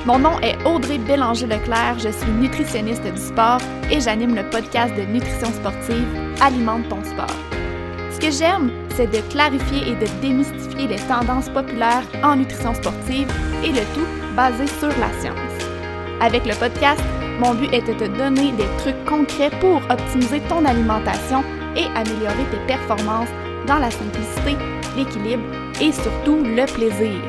Mon nom est Audrey Bélanger-Leclerc, je suis nutritionniste du sport et j'anime le podcast de nutrition sportive Alimente ton sport. Ce que j'aime, c'est de clarifier et de démystifier les tendances populaires en nutrition sportive et le tout basé sur la science. Avec le podcast, mon but est de te donner des trucs concrets pour optimiser ton alimentation et améliorer tes performances dans la simplicité, l'équilibre et surtout le plaisir.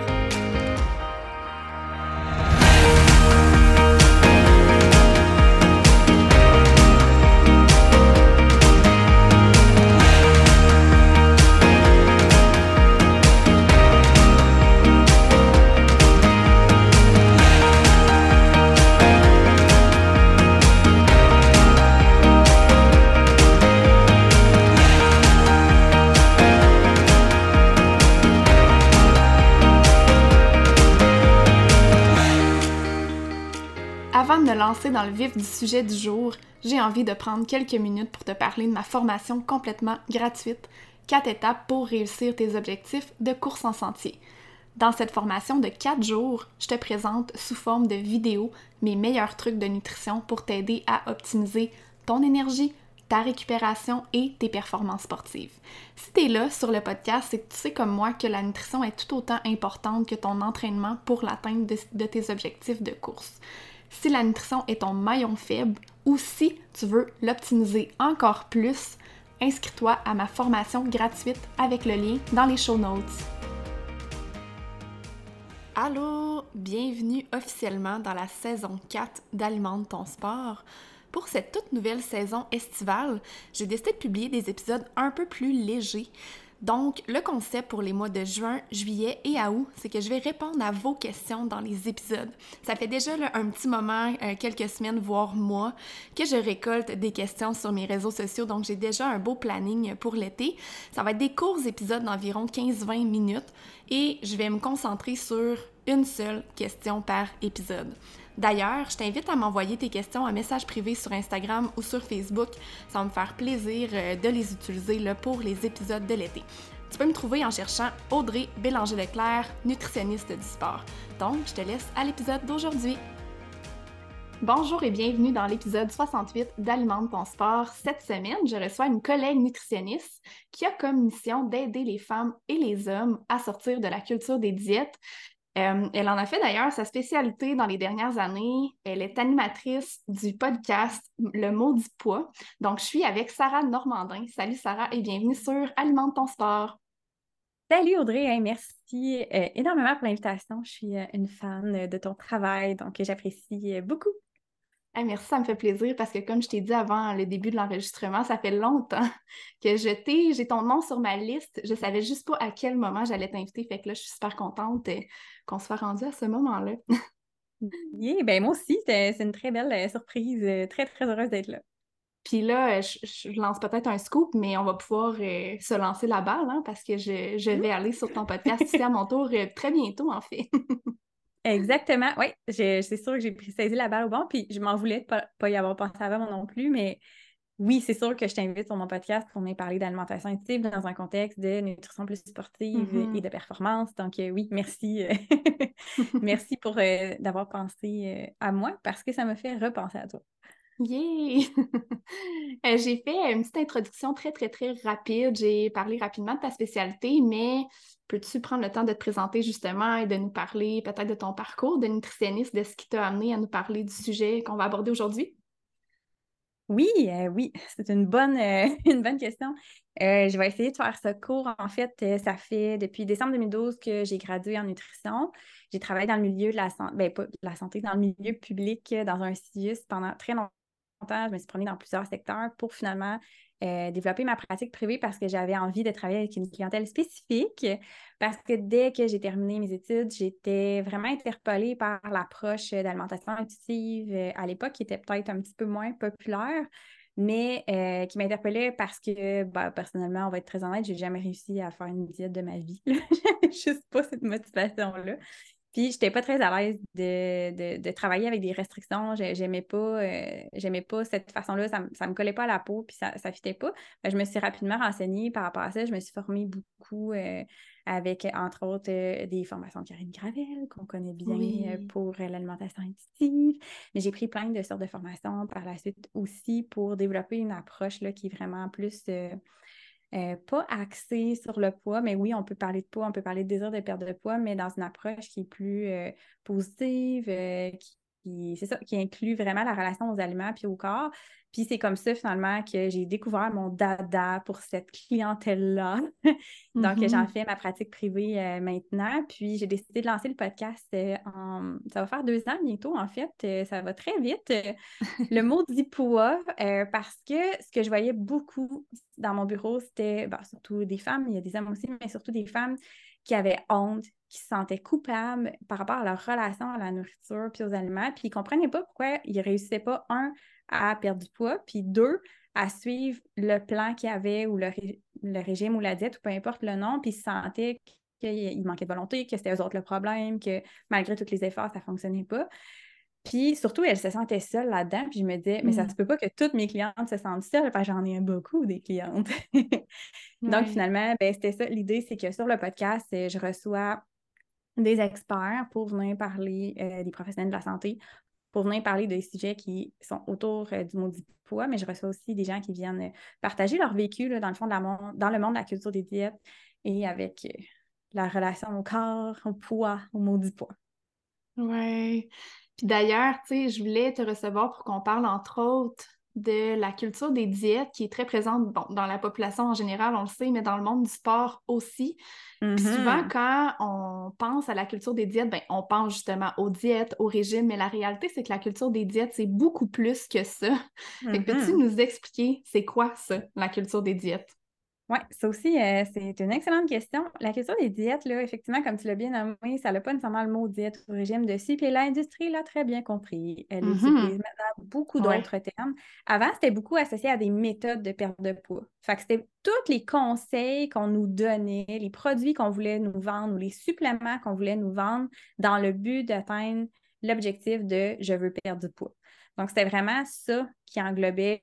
Avant de me lancer dans le vif du sujet du jour, j'ai envie de prendre quelques minutes pour te parler de ma formation complètement gratuite, 4 étapes pour réussir tes objectifs de course en sentier. Dans cette formation de 4 jours, je te présente sous forme de vidéo mes meilleurs trucs de nutrition pour t'aider à optimiser ton énergie, ta récupération et tes performances sportives. Si tu es là sur le podcast, c'est que tu sais comme moi que la nutrition est tout autant importante que ton entraînement pour l'atteinte de tes objectifs de course. Si la nutrition est ton maillon faible ou si tu veux l'optimiser encore plus, inscris-toi à ma formation gratuite avec le lien dans les show notes. Allô! Bienvenue officiellement dans la saison 4 d'Alimente ton sport. Pour cette toute nouvelle saison estivale, j'ai décidé de publier des épisodes un peu plus légers. Donc, le concept pour les mois de juin, juillet et août, c'est que je vais répondre à vos questions dans les épisodes. Ça fait déjà un petit moment, quelques semaines, voire mois, que je récolte des questions sur mes réseaux sociaux, donc j'ai déjà un beau planning pour l'été. Ça va être des courts épisodes d'environ 15-20 minutes et je vais me concentrer sur une seule question par épisode. D'ailleurs, je t'invite à m'envoyer tes questions en message privé sur Instagram ou sur Facebook. Ça va me faire plaisir de les utiliser là, pour les épisodes de l'été. Tu peux me trouver en cherchant Audrey Bélanger-Leclerc, nutritionniste du sport. Donc, je te laisse à l'épisode d'aujourd'hui. Bonjour et bienvenue dans l'épisode 68 d'Alimente ton sport. Cette semaine, je reçois une collègue nutritionniste qui a comme mission d'aider les femmes et les hommes à sortir de la culture des diètes. Elle en a fait d'ailleurs sa spécialité dans les dernières années. Elle est animatrice du podcast Le Maudit Poids. Donc, je suis avec Sarah Normandin. Salut Sarah et bienvenue sur Alimente ton sport. Salut Audrey, merci énormément pour l'invitation. Je suis une fan de ton travail, donc j'apprécie beaucoup. Merci, ça me fait plaisir parce que comme je t'ai dit avant le début de l'enregistrement, ça fait longtemps que j'ai ton nom sur ma liste. Je savais juste pas à quel moment j'allais t'inviter. Fait que là, je suis super contente qu'on soit rendu à ce moment-là. Yeah, ben moi aussi, c'est une très belle surprise. Très, très heureuse d'être là. Puis là, je lance peut-être un scoop, mais on va pouvoir se lancer la balle parce que je vais aller sur ton podcast ici à mon tour très bientôt, en fait. Exactement, oui, c'est sûr que j'ai saisi la balle au bon, puis je m'en voulais de pas y avoir pensé avant moi non plus, mais oui, c'est sûr que je t'invite sur mon podcast pour venir parler d'alimentation intuitive dans un contexte de nutrition plus sportive et de performance. Donc oui, merci. Merci pour d'avoir pensé à moi parce que ça me fait repenser à toi. Yeah! J'ai fait une petite introduction très, très, très rapide. J'ai parlé rapidement de ta spécialité, mais peux-tu prendre le temps de te présenter justement et de nous parler peut-être de ton parcours de nutritionniste, de ce qui t'a amené à nous parler du sujet qu'on va aborder aujourd'hui? Oui, c'est une bonne question. Je vais essayer de faire ça court. En fait, ça fait depuis décembre 2012 que j'ai gradué en nutrition. J'ai travaillé dans le milieu de la santé, pas de la santé, dans le milieu public, dans un CIUS pendant très longtemps. Je me suis promenée dans plusieurs secteurs pour finalement développer ma pratique privée parce que j'avais envie de travailler avec une clientèle spécifique. Parce que dès que j'ai terminé mes études, j'étais vraiment interpellée par l'approche d'alimentation intuitive à l'époque, qui était peut-être un petit peu moins populaire, mais qui m'interpellait parce que, personnellement, on va être très honnête, j'ai jamais réussi à faire une diète de ma vie. J'avais juste pas cette motivation-là. Puis, je n'étais pas très à l'aise de travailler avec des restrictions. J'aimais pas cette façon-là. Ça me collait pas à la peau, puis ça ne fitait pas. Je me suis rapidement renseignée par rapport à ça. Je me suis formée beaucoup avec, entre autres, des formations de Karine Gravel, qu'on connaît bien Oui. pour l'alimentation intuitive. Mais j'ai pris plein de sortes de formations par la suite aussi pour développer une approche là, qui est vraiment plus pas axée sur le poids, mais oui, on peut parler de poids, on peut parler de désir de perte de poids, mais dans une approche qui est plus positive, c'est ça, qui inclut vraiment la relation aux aliments puis au corps. Puis c'est comme ça, finalement, que j'ai découvert mon dada pour cette clientèle-là. Donc, j'en Mhm. fais ma pratique privée maintenant. Puis, j'ai décidé de lancer le podcast Ça va faire 2 ans bientôt, en fait. Ça va très vite. Le mot dit poids, parce que ce que je voyais beaucoup dans mon bureau, c'était surtout des femmes, il y a des hommes aussi, mais surtout des femmes qui avaient honte, qui se sentaient coupables par rapport à leur relation à la nourriture puis aux aliments, puis ils ne comprenaient pas pourquoi ils ne réussissaient pas, un, à perdre du poids, puis deux, à suivre le plan qu'il y avait ou le régime ou la diète, ou peu importe le nom, puis ils se sentaient qu'il manquait de volonté, que c'était eux autres le problème, que malgré tous les efforts, ça ne fonctionnait pas. Puis surtout, elle se sentait seule là-dedans. Puis je me disais, mais ça se Mm. peut pas que toutes mes clientes se sentent seules, parce que j'en ai beaucoup des clientes. Donc Ouais. finalement, ben, c'était ça. L'idée, c'est que sur le podcast, je reçois des experts pour venir parler des professionnels de la santé, pour venir parler des sujets qui sont autour du maudit poids, mais je reçois aussi des gens qui viennent partager leur vécu là, dans le fond dans le monde de la culture des diètes et avec la relation au corps, au poids, au maudit poids. Ouais. Puis d'ailleurs, tu sais, je voulais te recevoir pour qu'on parle entre autres de la culture des diètes qui est très présente, bon, dans la population en général, on le sait, mais dans le monde du sport aussi. Puis souvent, Mhm. quand on pense à la culture des diètes, ben, on pense justement aux diètes, au régime, mais la réalité, c'est que la culture des diètes, c'est beaucoup plus que ça. Fait que peux-tu Mhm. nous expliquer c'est quoi ça, la culture des diètes? Oui, ça aussi, c'est une excellente question. La question des diètes, là, effectivement, comme tu l'as bien nommé, ça n'a pas nécessairement le mot diète ou régime dessus. Puis l'industrie l'a très bien compris. Elle utilise Mhm. maintenant beaucoup Ouais. d'autres termes. Avant, c'était beaucoup associé à des méthodes de perte de poids. Fait que c'était tous les conseils qu'on nous donnait, les produits qu'on voulait nous vendre ou les suppléments qu'on voulait nous vendre dans le but d'atteindre l'objectif de je veux perdre du poids. Donc, c'était vraiment ça qui englobait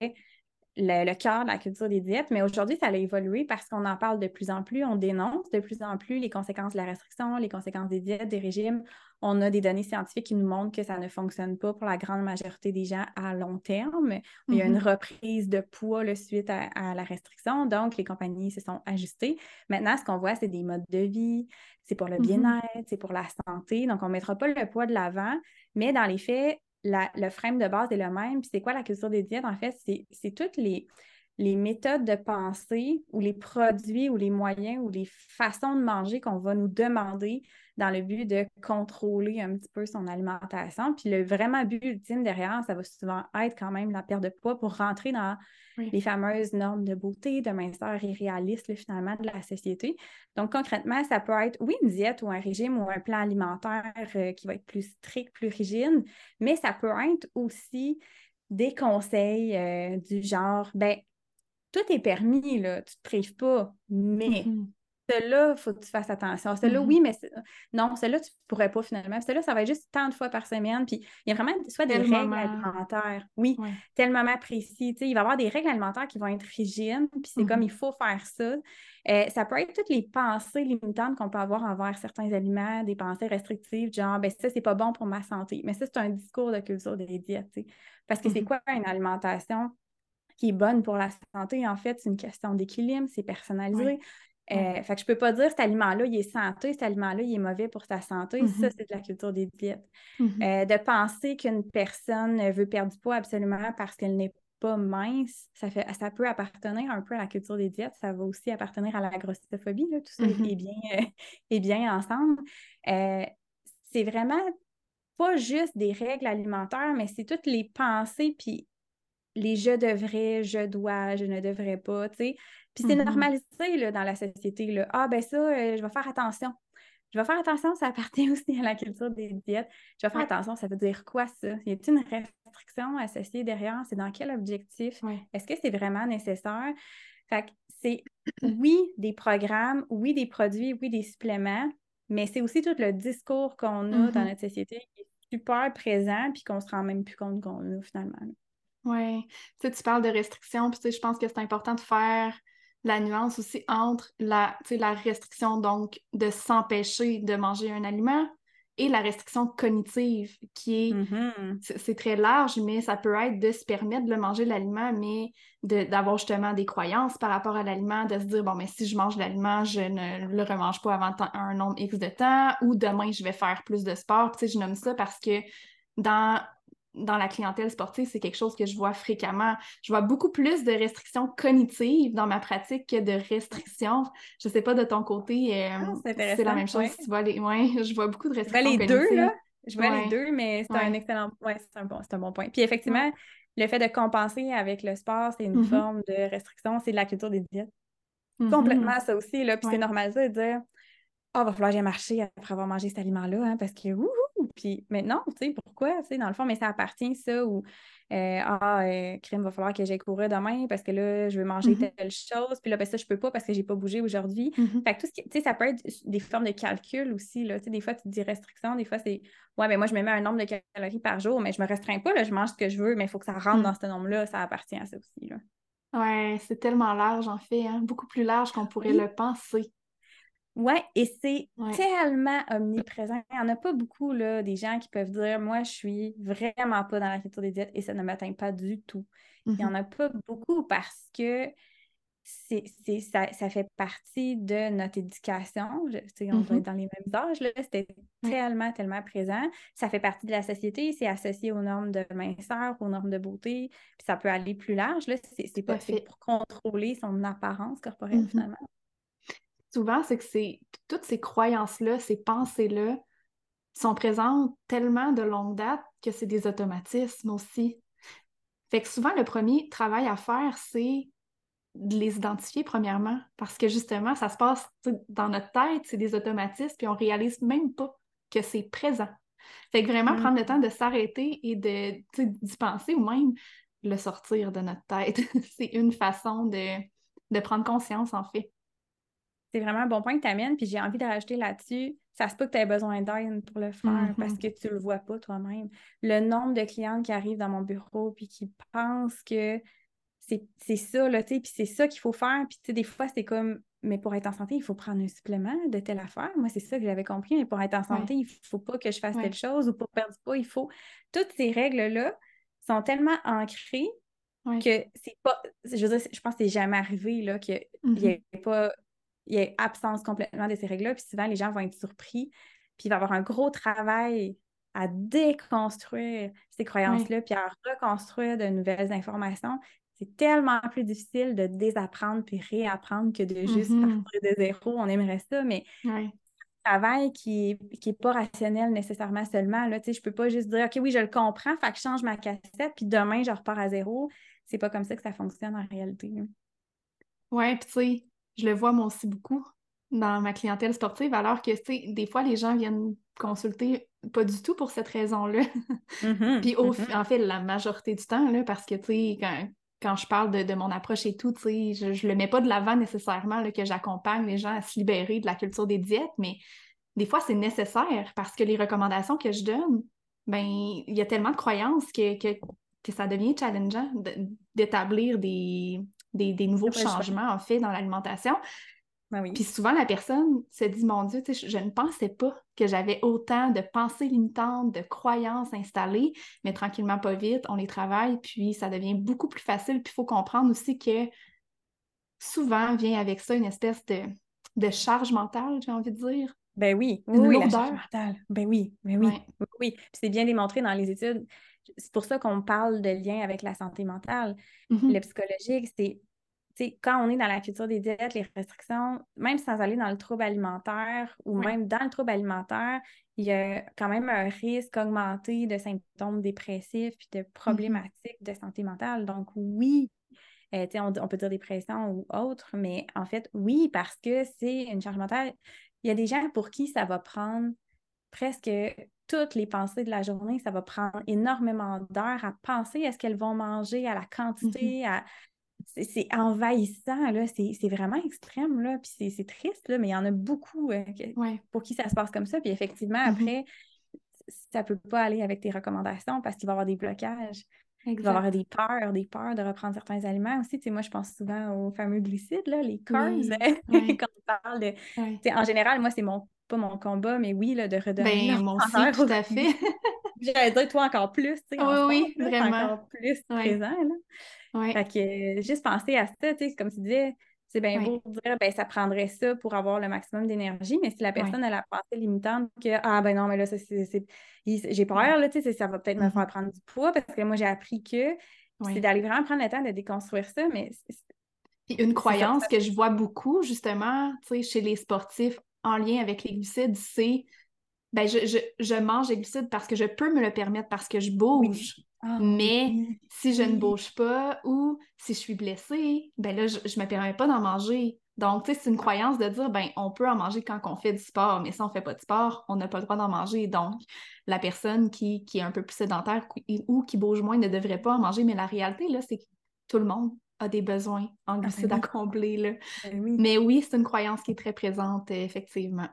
le cœur de la culture des diètes, mais aujourd'hui, ça a évolué parce qu'on en parle de plus en plus, on dénonce de plus en plus les conséquences de la restriction, les conséquences des diètes, des régimes. On a des données scientifiques qui nous montrent que ça ne fonctionne pas pour la grande majorité des gens à long terme. Il y a une Mhm. reprise de poids suite à la restriction, donc les compagnies se sont ajustées. Maintenant, ce qu'on voit, c'est des modes de vie, c'est pour le Mhm. bien-être, c'est pour la santé, donc on ne mettra pas le poids de l'avant, mais dans les faits, le frame de base est le même. Puis c'est quoi la culture des diètes? En fait, c'est toutes les méthodes de pensée ou les produits ou les moyens ou les façons de manger qu'on va nous demander dans le but de contrôler un petit peu son alimentation. Puis le vraiment but ultime derrière, ça va souvent être quand même la perte de poids pour rentrer dans Oui. les fameuses normes de beauté, de minceur irréalistes, là, finalement, de la société. Donc, concrètement, ça peut être, oui, une diète ou un régime ou un plan alimentaire qui va être plus strict, plus rigide, mais ça peut être aussi des conseils du genre, ben, tout est permis, là, tu ne te prives pas, mais Mhm. cela, il faut que tu fasses attention. Cela, Mhm. oui, mais non, cela, tu ne pourrais pas finalement. Cela, ça va être juste tant de fois par semaine. Puis il y a vraiment soit des Quel règles moment? alimentaires, oui, Ouais. tel moment précis. Tu sais, il va y avoir des règles alimentaires qui vont être rigides, puis c'est comme Mhm. il faut faire ça. Ça peut être toutes les pensées limitantes qu'on peut avoir envers certains aliments, des pensées restrictives, genre, ben ça, c'est pas bon pour ma santé. Mais ça, c'est un discours de culture des diètes, tu sais. Parce que c'est Mhm. quoi une alimentation qui est bonne pour la santé? En fait, c'est une question d'équilibre, c'est Ouais. personnalisé. Ouais. Fait que je peux pas dire cet aliment-là, il est santé, cet aliment-là, il est mauvais pour ta santé. Ça, Mhm. c'est de la culture des diètes. Mhm. De penser qu'une personne veut perdre du poids absolument parce qu'elle n'est pas mince, ça peut appartenir un peu à la culture des diètes. Ça va aussi appartenir à la grossophobie, là. Tout ça est Mhm. bien, est bien ensemble. Euh, c'est vraiment pas juste des règles alimentaires, mais c'est toutes les pensées puis les je devrais, je dois, je ne devrais pas, tu sais. Puis c'est Mhm. normalisé là, dans la société. Là. Ah, ben ça, je vais faire attention. Je vais faire attention, ça appartient aussi à la culture des diètes. Je vais faire Ouais. attention, ça veut dire quoi ça? Y a-t-il une restriction associée derrière? C'est dans quel objectif? Ouais. Est-ce que c'est vraiment nécessaire? Fait que c'est oui, des programmes, oui, des produits, oui, des suppléments, mais c'est aussi tout le discours qu'on a dans notre société qui est super présent puis qu'on se rend même plus compte qu'on a finalement. Oui. Tu parles de restrictions, puis je pense que c'est important de faire la nuance aussi entre la restriction, donc de s'empêcher de manger un aliment, et la restriction cognitive, qui est Mhm. c'est très large, mais ça peut être de se permettre de manger l'aliment, mais d'avoir justement des croyances par rapport à l'aliment, de se dire, bon, mais si je mange l'aliment, je ne le remange pas avant un nombre X de temps, ou demain, je vais faire plus de sport. Puis, je nomme ça parce que dans, dans la clientèle sportive, c'est quelque chose que je vois fréquemment. Je vois beaucoup plus de restrictions cognitives dans ma pratique que de restrictions. Je sais pas de ton côté, Ah, c'est si c'est la intéressant, même chose, oui. si tu vois les... Ouais, je vois beaucoup de Je vois restrictions les deux, là. cognitives. Je vois les Ouais, deux, mais c'est un ouais, excellent... Ouais, c'est un bon point. Puis ouais. effectivement, le fait de compenser avec le sport, c'est une Mhm. forme de restriction, c'est de la culture des diètes. Mhm. Complètement, ça aussi, là. Puis c'est Ouais. normal ça de dire ah, va falloir que j'aille marcher après avoir mangé cet aliment-là, hein, parce que wouhou! Puis maintenant, tu sais, pourquoi? Tu sais, dans le fond, mais ça appartient, ça, ou crème, va falloir que j'aille courir demain parce que là, je veux manger Mhm. telle chose, puis là, ben ça, je peux pas parce que j'ai pas bougé aujourd'hui. Mhm. Fait que tout ce qui, tu sais, ça peut être des formes de calcul aussi, là. Tu sais, des fois, tu te dis restriction, des fois, c'est ouais, mais moi, je me mets un nombre de calories par jour, mais je me restreins pas, là, je mange ce que je veux, mais il faut que ça rentre dans Mhm. ce nombre-là, ça appartient à ça aussi, là. Ouais, c'est tellement large en fait, hein? Beaucoup plus large qu'on pourrait Oui. le penser. Ouais, et c'est Ouais. tellement omniprésent. Il n'y en a pas beaucoup, là, des gens qui peuvent dire, moi, je suis vraiment pas dans la culture des diètes et ça ne m'atteint pas du tout. Il n'y en Mhm. a pas beaucoup parce que ça fait partie de notre éducation. Tu sais, on doit être Mhm. dans les mêmes âges, là. C'était Ouais. tellement, tellement présent. Ça fait partie de la société, c'est associé aux normes de minceur, aux normes de beauté, puis ça peut aller plus large, là. Tout à C'est fait. pour contrôler son apparence corporelle, Mhm. finalement. Souvent, c'est que toutes ces croyances-là, ces pensées-là sont présentes tellement de longue date que c'est des automatismes aussi. Fait que souvent, le premier travail à faire, c'est de les identifier premièrement, parce que justement, ça se passe dans notre tête, c'est des automatismes, puis on réalise même pas que c'est présent. Fait que vraiment prendre le temps de s'arrêter et d'y penser ou même le sortir de notre tête. C'est une façon de prendre conscience, en fait. C'est vraiment un bon point que tu amènes, puis j'ai envie de rajouter là-dessus, ça se peut que tu aies besoin d'aide pour le faire parce Mhm. que tu le vois pas toi-même. Le nombre de clientes qui arrivent dans mon bureau puis qui pensent que c'est ça, là, tu sais, puis c'est ça qu'il faut faire, puis tu sais, des fois, c'est comme, mais pour être en santé, il faut prendre un supplément de telle affaire. Moi, c'est ça que j'avais compris, mais pour être en santé, Ouais, il faut pas que je fasse telle ouais. chose ou pour perdre du poids, il faut... Toutes ces règles-là sont tellement ancrées Ouais. que c'est pas, je veux dire, je pense que c'est jamais arrivé là, qu'il y Mhm. ait pas, il y ait absence complètement de ces règles-là. Puis souvent, les gens vont être surpris. Puis il va y avoir un gros travail à déconstruire ces Ouais. croyances-là, puis à reconstruire de nouvelles informations. C'est tellement plus difficile de désapprendre puis réapprendre que de juste Mhm. partir de zéro. On aimerait ça, mais Ouais. travail qui est pas rationnel nécessairement seulement. Là, tu sais, je peux pas juste dire, OK, oui, je le comprends, fait que je change ma cassette, puis demain, je repars à zéro. C'est pas comme ça que ça fonctionne en réalité, là. Ouais, puis tu sais, je le vois moi aussi beaucoup dans ma clientèle sportive, alors que, tu sais, des fois, les gens viennent consulter pas du tout pour cette raison-là. Mhm, Puis mhm. en fait, la majorité du temps, là, parce que, tu sais, quand je parle de mon approche et tout, tu sais, je le mets pas de l'avant nécessairement, là, que j'accompagne les gens à se libérer de la culture des diètes, mais des fois, c'est nécessaire parce que les recommandations que je donne, ben, il y a tellement de croyances que ça devient challengeant d'établir des nouveaux T'as pas le choix. changements, en fait, dans l'alimentation. Ben Puis oui. souvent, la personne se dit, mon Dieu, tu sais, je ne pensais pas que j'avais autant de pensées limitantes, de croyances installées, mais tranquillement, pas vite, on les travaille, puis ça devient beaucoup plus facile. Puis il faut comprendre aussi que souvent vient avec ça une espèce de charge mentale, j'ai envie de dire, Ben oui, oui, une oui, la charge lourdeur. mentale. Ben oui, ben oui, Ouais. oui, oui. Puis c'est bien démontré dans les études. C'est pour ça qu'on parle de lien avec la santé mentale. Le Mhm. psychologique, c'est, tu sais, quand on est dans la culture des diètes, les restrictions, même sans aller dans le trouble alimentaire ou Ouais. même dans le trouble alimentaire, il y a quand même un risque augmenté de symptômes dépressifs puis de Mhm. problématiques de santé mentale. Donc oui, tu sais, on peut dire dépression ou autre, mais en fait, oui, parce que c'est une charge mentale. Il y a des gens pour qui ça va prendre presque toutes les pensées de la journée, ça va prendre énormément d'heures à penser à ce qu'elles vont manger, à la Mhm. quantité, c'est envahissant, là, c'est vraiment extrême, là, puis c'est triste, là, mais il y en a beaucoup Ouais. pour qui ça se passe comme ça, puis effectivement, Mhm. après, ça peut pas aller avec tes recommandations parce qu'il va y avoir des blocages, il va y avoir Exact. des peurs de reprendre certains aliments aussi, tu sais, moi, je pense souvent aux fameux glucides, là, les carbs, Oui, ouais, quand on parle de, tu ouais. sais, en général, moi, c'est pas mon combat, mais oui, là, de redonner Ben, leur moi aussi, honneur tout aux à fait. glucides. J'allais dire, toi, encore plus, tu sais, Oui, en sport, oui, là, c'est vraiment. encore plus Ouais, présent, là. Fait ouais, que juste penser à ça, tu sais, comme tu disais, c'est bien beau ouais, de dire, ben ça prendrait ça pour avoir le maximum d'énergie, mais si la ouais, personne a la pensée limitante que, ah ben non, mais là, j'ai peur, ouais. là, tu sais, ça va peut-être me faire Mhm. prendre du poids parce que moi, j'ai appris que, puis c'est Ouais. d'aller vraiment prendre le temps de déconstruire ça, mais Puis une c'est ça. croyance que je vois beaucoup, justement, tu sais, chez les sportifs en lien avec les glucides, c'est ben, je mange des glucides parce que je peux me le permettre, parce que je Oui. bouge. Ah oui, Mais si je ne oui. bouge pas ou si je suis blessée, ben là, je me permets pas d'en manger. Donc, tu sais, c'est une croyance de dire, ben, on peut en manger quand on fait du sport, mais si on fait pas de sport, on n'a pas le droit d'en manger. Donc, la personne qui est un peu plus sédentaire ou qui bouge moins ne devrait pas en manger. Mais la réalité, là, c'est que tout le monde a des besoins en Ah ben glucides à oui, combler, là. ben oui. Mais oui, c'est une croyance qui est très présente, effectivement.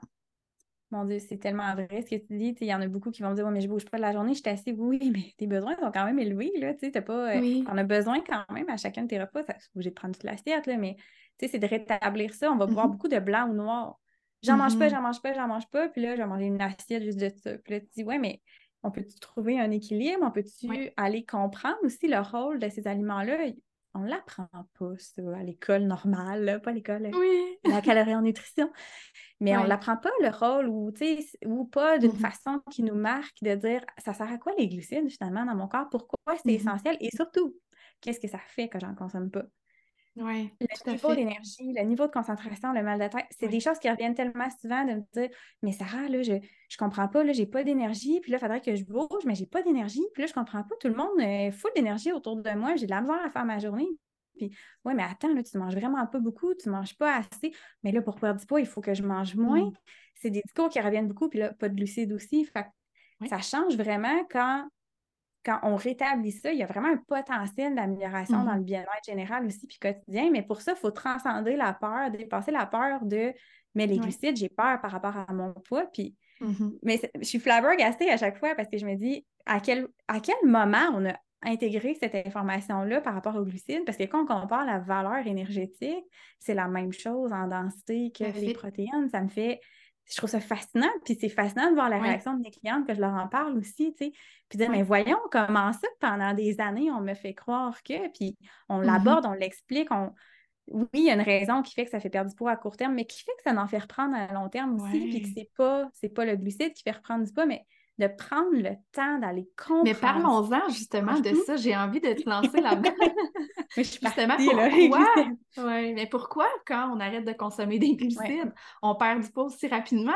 Mon Dieu, c'est tellement vrai ce que tu dis. Tu sais, il y en a beaucoup qui vont me dire, ouais, mais je bouge pas de la journée, je suis assise. Oui, mais tes besoins sont quand même élevés, là. Tu sais, t'as pas, Oui. t'en as besoin quand même à chacun de tes repas. Ça, c'est obligé de prendre toute l'assiette, là, mais tu sais, c'est de rétablir ça. On va boire Mhm. beaucoup de blanc ou noir. J'en mange pas, Mhm. j'en mange pas, j'en mange pas. Puis là, je vais manger une assiette juste de ça. Puis là, tu dis, ouais, mais on peut-tu trouver un équilibre? On Ouais. peut-tu aller comprendre aussi le rôle de ces aliments-là? On l'apprend pas, ça, à l'école normale, là, pas à l'école, Oui. la calorie en nutrition. Mais on Ouais. l'apprend pas le rôle ou, tu sais, ou pas d'une Mhm. façon qui nous marque de dire ça sert à quoi les glucides finalement dans mon corps? Pourquoi c'est Mhm. essentiel? Et surtout, qu'est-ce que ça fait quand j'en consomme pas? Ouais, Le tout à niveau fait. d'énergie, le niveau de concentration, le mal de tête, c'est des Ouais. choses qui reviennent tellement souvent de me dire mais Sarah, là, je comprends pas, là, j'ai pas d'énergie, puis là, il faudrait que je bouge, mais j'ai pas d'énergie, puis là, je comprends pas, tout le monde est full d'énergie autour de moi, j'ai de la misère à faire ma journée. Puis, ouais, mais attends, là, tu manges vraiment pas beaucoup, tu manges pas assez, mais là, pour perdre du poids, il faut que je mange moins. Mhm. C'est des discours qui reviennent beaucoup, puis là, pas de glucides aussi. Fait que Ouais. ça change vraiment quand on rétablit ça, il y a vraiment un potentiel d'amélioration dans le Mhm. bien-être général aussi, puis quotidien. Mais pour ça, il faut transcender la peur, dépasser la peur de mais les Ouais. glucides, j'ai peur par rapport à mon poids. Puis, Mhm. mais je suis flabbergastée à chaque fois parce que je me dis à quel moment on a intégré cette information-là par rapport aux glucides? Parce que quand on compare la valeur énergétique, c'est la même chose en densité que Tout à les fait. protéines. Je trouve ça fascinant, puis c'est fascinant de voir la Ouais. réaction de mes clientes que je leur en parle aussi, tu sais, puis dire, mais Ouais. voyons comment ça, pendant des années, on me fait croire que, puis on Mhm. l'aborde, on l'explique, oui, il y a une raison qui fait que ça fait perdre du poids à court terme, mais qui fait que ça en fait reprendre à long terme aussi, puis que Ouais. c'est pas le glucide qui fait reprendre du poids, mais de prendre le temps d'aller Mais comprendre ça. parlons-en Ça justement change de tout. ça. J'ai envie de te lancer là-dedans. Mais je suis Justement, partie, là, les pourquoi? glucides. Ouais, mais pourquoi quand on arrête de consommer des Ouais. glucides, on perd du poids aussi rapidement?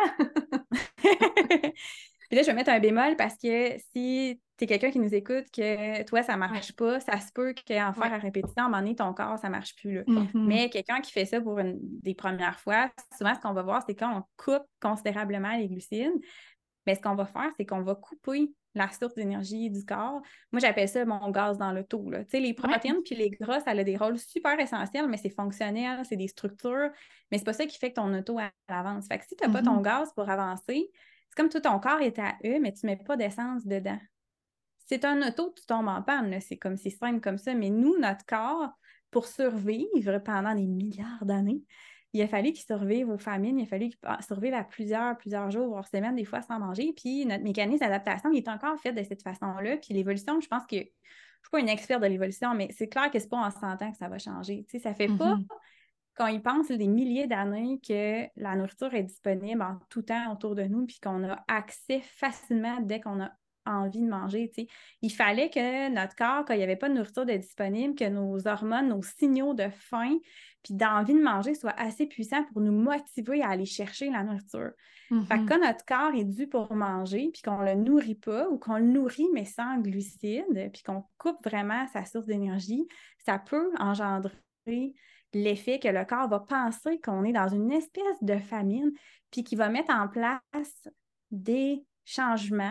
Puis là, je vais mettre un bémol parce que si tu es quelqu'un qui nous écoute, que toi, ça Ouais. marche pas, ça se peut qu'en faire Ouais. à répétition, à un moment donné, ton corps, ça marche plus, là. Mhm. Mais quelqu'un qui fait ça pour des premières fois, souvent, ce qu'on va voir, c'est quand on coupe considérablement les glucides, mais ce qu'on va faire, c'est qu'on va couper la source d'énergie du corps. Moi, j'appelle ça mon gaz dans l'auto, là. Tu sais, les Ouais. protéines puis les gras, ça a des rôles super essentiels, mais c'est fonctionnel, c'est des structures, mais c'est pas ça qui fait que ton auto elle avance. Fait que si tu n'as pas ton Mhm. gaz pour avancer, c'est comme tout ton corps est à E, mais tu ne mets pas d'essence dedans. Si c'est un auto, tu tombes en panne, là. C'est simple comme ça. Mais nous, notre corps, pour survivre pendant des milliards d'années, il a fallu qu'il survive aux famines, il a fallu qu'il survive à plusieurs jours, voire semaines, des fois sans manger. Puis notre mécanisme d'adaptation, il est encore fait de cette façon-là. Puis l'évolution, je pense que je ne suis pas une experte de l'évolution, mais c'est clair que ce n'est pas en 100 ans que ça va changer. Tu sais, ça ne fait pas Mhm. quand ils pensent des milliers d'années que la nourriture est disponible en tout temps autour de nous, puis qu'on a accès facilement dès qu'on a envie de manger, tu sais. Il fallait que notre corps, quand il n'y avait pas de nourriture de disponible, que nos hormones, nos signaux de faim, puis d'envie de manger soient assez puissants pour nous motiver à aller chercher la nourriture. Fait que Mhm. quand notre corps est dû pour manger, puis qu'on ne le nourrit pas, ou qu'on le nourrit mais sans glucides, puis qu'on coupe vraiment sa source d'énergie, ça peut engendrer l'effet que le corps va penser qu'on est dans une espèce de famine, puis qu'il va mettre en place des changements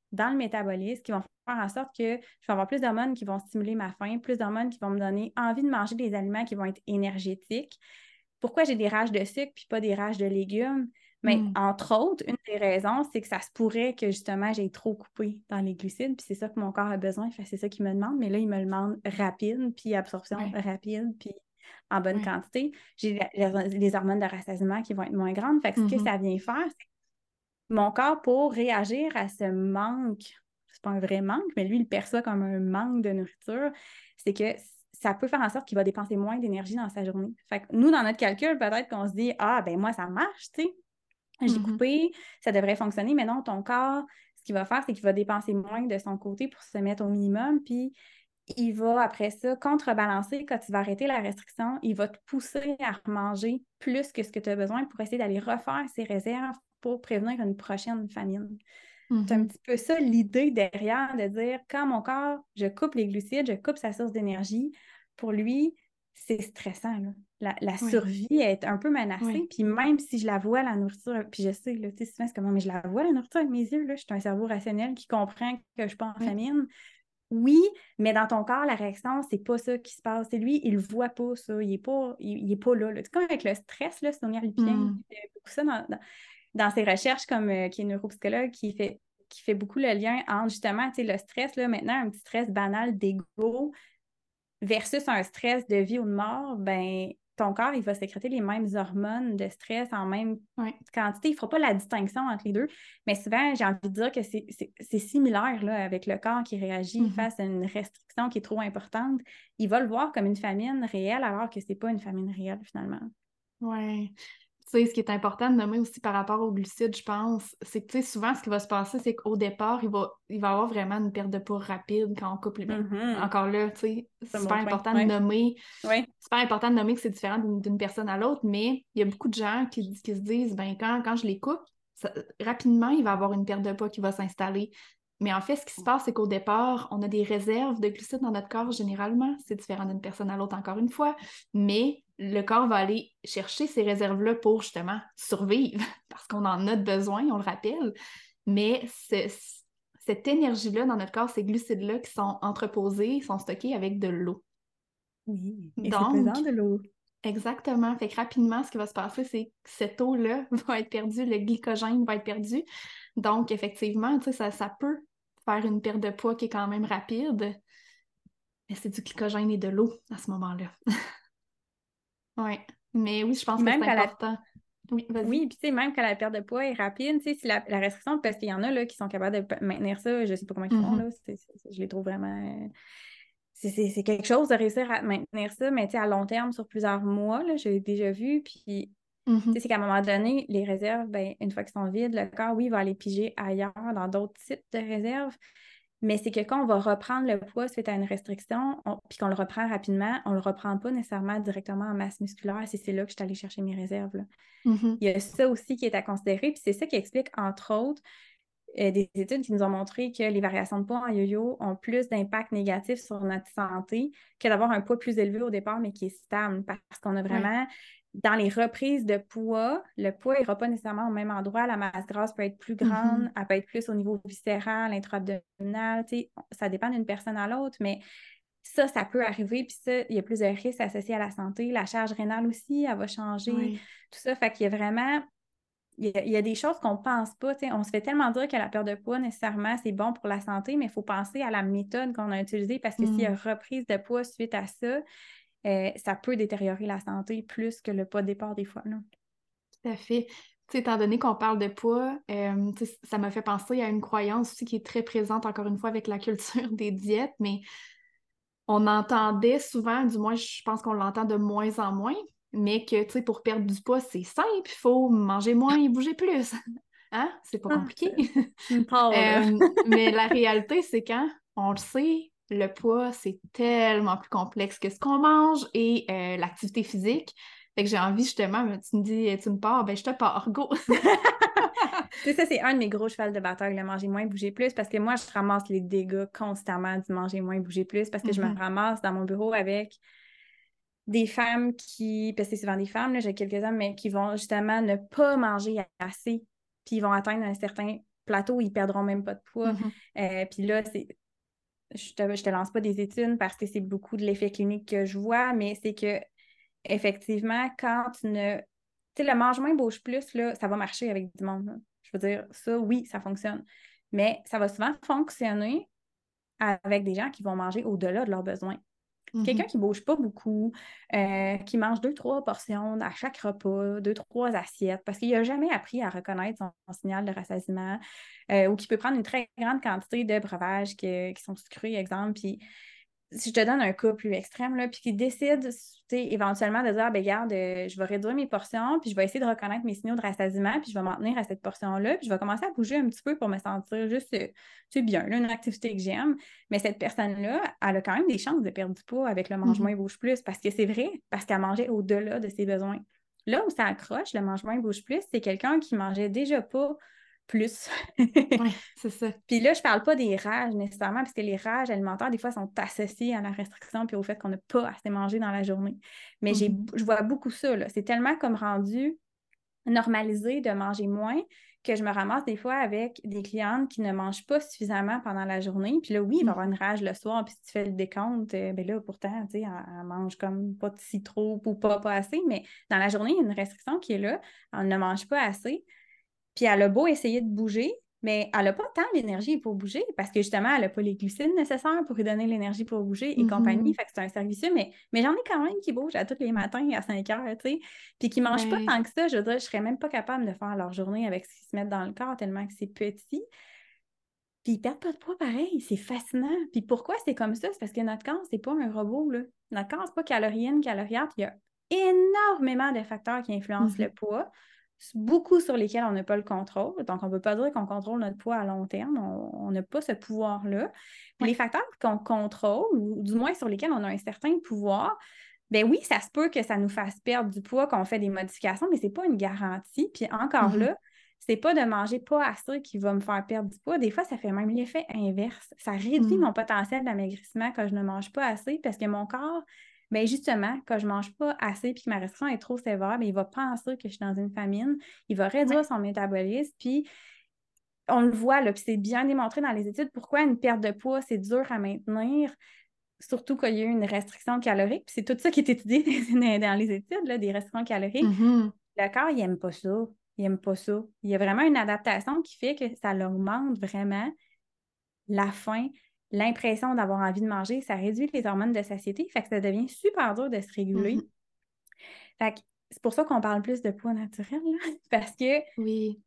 dans le métabolisme qui vont faire en sorte que je vais avoir plus d'hormones qui vont stimuler ma faim, plus d'hormones qui vont me donner envie de manger des aliments qui vont être énergétiques. Pourquoi j'ai des rages de sucre puis pas des rages de légumes? Mais Mm. entre autres, une des raisons, c'est que ça se pourrait que justement j'ai trop coupé dans les glucides, puis c'est ça que mon corps a besoin, fait, c'est ça qu'il me demande, mais là, il me le demande rapide, puis absorption Ouais, rapide, puis en bonne ouais. quantité. J'ai les hormones de rassasiement qui vont être moins grandes. Fait que ce que Mhm. ça vient faire, c'est que mon corps, pour réagir à ce manque, c'est pas un vrai manque, mais lui, il le perçoit comme un manque de nourriture, c'est que ça peut faire en sorte qu'il va dépenser moins d'énergie dans sa journée. Fait que nous, dans notre calcul, peut-être qu'on se dit, ah, ben moi, ça marche, tu sais. J'ai Mhm. coupé, ça devrait fonctionner, mais non, ton corps, ce qu'il va faire, c'est qu'il va dépenser moins de son côté pour se mettre au minimum, puis il va, après ça, contrebalancer quand tu vas arrêter la restriction, il va te pousser à remanger plus que ce que tu as besoin pour essayer d'aller refaire ses réserves pour prévenir une prochaine famine. C'est un Mhm. petit peu ça l'idée derrière de dire quand mon corps, je coupe les glucides, je coupe sa source d'énergie, pour lui, c'est stressant, là. La Ouais, survie est un peu menacée, ouais. puis même si je la vois, la nourriture, puis je sais, là, tu sais, souvent, c'est comme, mais je la vois, la nourriture, avec mes yeux, là, je suis un cerveau rationnel qui comprend que je ne suis pas en Ouais. famine. Oui, mais dans ton corps, la réaction, c'est pas ça qui se passe. C'est lui, il le voit pas, ça. Il est pas là, là. C'est comme avec le stress, là, Sonia Lupien, Mm. il fait beaucoup ça dans ses recherches, comme qui est neuropsychologue, qui fait beaucoup le lien entre justement, tu sais, le stress, là, maintenant, un petit stress banal d'ego versus un stress de vie ou de mort, ben ton corps, il va sécréter les mêmes hormones de stress en même Ouais. quantité. Il ne fera pas la distinction entre les deux, mais souvent, j'ai envie de dire que c'est similaire là, avec le corps qui réagit Mhm. face à une restriction qui est trop importante. Il va le voir comme une famine réelle alors que ce n'est pas une famine réelle finalement. Ouais. Tu sais, ce qui est important de nommer aussi par rapport aux glucides, je pense, c'est que, tu sais, souvent, ce qui va se passer, c'est qu'au départ, il va avoir vraiment une perte de poids rapide quand on coupe les... Ben, Mhm. encore là, tu sais, c'est C'est un super bon point. important de Oui. nommer, Oui. super important de nommer que c'est différent d'une personne à l'autre, mais il y a beaucoup de gens qui se disent, ben, quand je les coupe, rapidement, il va y avoir une perte de poids qui va s'installer. Mais en fait, ce qui se passe, c'est qu'au départ, on a des réserves de glucides dans notre corps, généralement. C'est différent d'une personne à l'autre, encore une fois. Mais le corps va aller chercher ces réserves-là pour justement survivre, parce qu'on en a besoin, on le rappelle. Mais cette énergie-là dans notre corps, ces glucides-là qui sont entreposés, sont stockés avec de l'eau. Oui. Et c'est pesant Donc, de l'eau. exactement. Fait que rapidement, ce qui va se passer, c'est que cette eau-là va être perdue, le glycogène va être perdu. Donc, effectivement, tu sais, ça peut faire une perte de poids qui est quand même rapide, mais c'est du glycogène et de l'eau à ce moment-là. Ouais. Mais oui, je pense Puis que même c'est quand la important. Oui, vas-y. Oui, puis tu sais, même quand la perte de poids est rapide, tu sais, si la restriction, parce qu'il y en a là, qui sont capables de maintenir ça, je sais pas comment ils font, Mhm. là, je les trouve vraiment. C'est quelque chose de réussir à maintenir ça, mais tu sais, à long terme, sur plusieurs mois, là, j'ai déjà vu, puis tu sais, Mhm. c'est qu'à un moment donné, les réserves, ben, une fois qu'elles sont vides, le corps, oui, va aller piger ailleurs, dans d'autres types de réserves, mais c'est que quand on va reprendre le poids suite à une restriction, puis qu'on le reprend rapidement, on le reprend pas nécessairement directement en masse musculaire, si c'est là que je suis allée chercher mes réserves, là. Mhm. Il y a ça aussi qui est à considérer, puis c'est ça qui explique, entre autres, des études qui nous ont montré que les variations de poids en yo-yo ont plus d'impact négatif sur notre santé que d'avoir un poids plus élevé au départ, mais qui est stable, parce qu'on a Ouais. vraiment, dans les reprises de poids, le poids n'ira pas nécessairement au même endroit. La masse grasse peut être plus grande, Mhm. elle peut être plus au niveau viscéral, intra-abdominal, tu sais, ça dépend d'une personne à l'autre, mais ça peut arriver, puis ça, il y a plus de risques associés à la santé. La charge rénale aussi, elle va changer, Ouais. tout ça. Fait qu'il y a vraiment il y a des choses qu'on ne pense pas. Tu sais. On se fait tellement dire que la perte de poids, nécessairement, c'est bon pour la santé, mais il faut penser à la méthode qu'on a utilisée parce que s'il y a Mm. reprise de poids suite à ça, ça peut détériorer la santé plus que le pas de départ des fois, là. Tout à fait. Tu sais, étant donné qu'on parle de poids, tu sais, ça m'a fait penser à une croyance aussi qui est très présente, encore une fois, avec la culture des diètes, mais on entendait souvent, du moins, je pense qu'on l'entend de moins en moins, mais que, tu sais, pour perdre du poids, c'est simple, il faut manger moins et bouger plus. Hein? C'est pas Ah, compliqué. tu me parles, là. Mais la réalité, c'est quand on le sait, le poids, c'est tellement plus complexe que ce qu'on mange et l'activité physique. Fait que j'ai envie, justement, tu me dis, tu me pars, ben je te pars, go! Tu sais, ça, c'est un de mes gros chevals de bataille, le manger moins, bouger plus, parce que moi, je ramasse les dégâts constamment du manger moins, bouger plus, parce que je me Mhm. ramasse dans mon bureau avec des femmes parce que c'est souvent des femmes, là, j'ai quelques hommes, mais qui vont justement ne pas manger assez, puis ils vont atteindre un certain plateau, ils perdront même pas de poids. Mhm. Puis là, je te lance pas des études parce que c'est beaucoup de l'effet clinique que je vois, mais c'est que effectivement, quand tu ne... Tu sais, le mange moins, bouge plus, là, ça va marcher avec du monde, là. Je veux dire, ça, oui, ça fonctionne. Mais ça va souvent fonctionner avec des gens qui vont manger au-delà de leurs besoins. Quelqu'un Mhm. qui ne bouge pas beaucoup, qui mange 2, 3 portions à chaque repas, 2, 3 assiettes, parce qu'il n'a jamais appris à reconnaître son signal de rassasiement, ou qui peut prendre une très grande quantité de breuvages qui sont sucrés, exemple, puis si je te donne un cas plus extrême, là, puis qui décide, tu sais, éventuellement de dire, ah, ben, regarde, je vais réduire mes portions, puis je vais essayer de reconnaître mes signaux de rassasiement, puis je vais m'en tenir à cette portion-là, puis je vais commencer à bouger un petit peu pour me sentir juste, tu sais, bien, là, une activité que j'aime. Mais cette personne-là, elle a quand même des chances de perdre du poids avec le mange moins Mhm. bouge plus, parce que c'est vrai, parce qu'elle mangeait au-delà de ses besoins. Là où ça accroche, le mange moins bouge plus, c'est quelqu'un qui mangeait déjà pas plus. Oui, c'est ça. Puis là, je parle pas des rages nécessairement, parce que les rages alimentaires, des fois, sont associées à la restriction puis au fait qu'on n'a pas assez mangé dans la journée. Mais Mhm. je vois beaucoup ça, là. C'est tellement comme rendu normalisé de manger moins que je me ramasse des fois avec des clientes qui ne mangent pas suffisamment pendant la journée. Puis là, oui, il va y avoir Mhm. une rage le soir, puis si tu fais le décompte, ben là, pourtant, tu sais, elle mange comme pas si trop ou pas assez, mais dans la journée, il y a une restriction qui est là. Elle ne mange pas assez. Puis elle a beau essayer de bouger, mais elle n'a pas tant l'énergie pour bouger parce que justement, elle n'a pas les glucides nécessaires pour lui donner l'énergie pour bouger et compagnie. Mhm. Fait que c'est un service, mais j'en ai quand même qui bougent à tous les matins à 5 heures, tu sais. Puis qui ne mangent pas Ouais. tant que ça. Je veux dire, je ne serais même pas capable de faire leur journée avec ce qu'ils se mettent dans le corps tellement que c'est petit. Puis ils perdent pas de poids pareil. C'est fascinant. Puis pourquoi c'est comme ça? C'est parce que notre corps, c'est pas un robot, là. Notre corps, c'est pas calorienne, caloriatre. Il y a énormément de facteurs qui influencent le Mhm. poids, beaucoup sur lesquels on n'a pas le contrôle. Donc, on ne peut pas dire qu'on contrôle notre poids à long terme. On n'a pas ce pouvoir-là. Puis Ouais. les facteurs qu'on contrôle, ou du moins sur lesquels on a un certain pouvoir, ben oui, ça se peut que ça nous fasse perdre du poids quand on fait des modifications, mais ce n'est pas une garantie. Puis encore Mhm. là, c'est pas de manger pas assez qui va me faire perdre du poids. Des fois, ça fait même l'effet inverse. Ça réduit Mhm. mon potentiel d'amaigrissement quand je ne mange pas assez parce que mon corps, bien justement, quand je ne mange pas assez et que ma restriction est trop sévère, bien, il va penser que je suis dans une famine. Il va réduire Ouais. son métabolisme. Puis on le voit, là, puis c'est bien démontré dans les études pourquoi une perte de poids, c'est dur à maintenir, surtout quand il y a eu une restriction calorique. Puis c'est tout ça qui est étudié dans les études, là, des restrictions caloriques. Mhm. Le corps, il n'aime pas ça. Il n'aime pas ça. Il y a vraiment une adaptation qui fait que ça augmente vraiment la faim, l'impression d'avoir envie de manger. Ça réduit les hormones de satiété. Fait que ça devient super dur de se réguler. Mhm. Fait que c'est pour ça qu'on parle plus de poids naturel, là. Parce que Oui.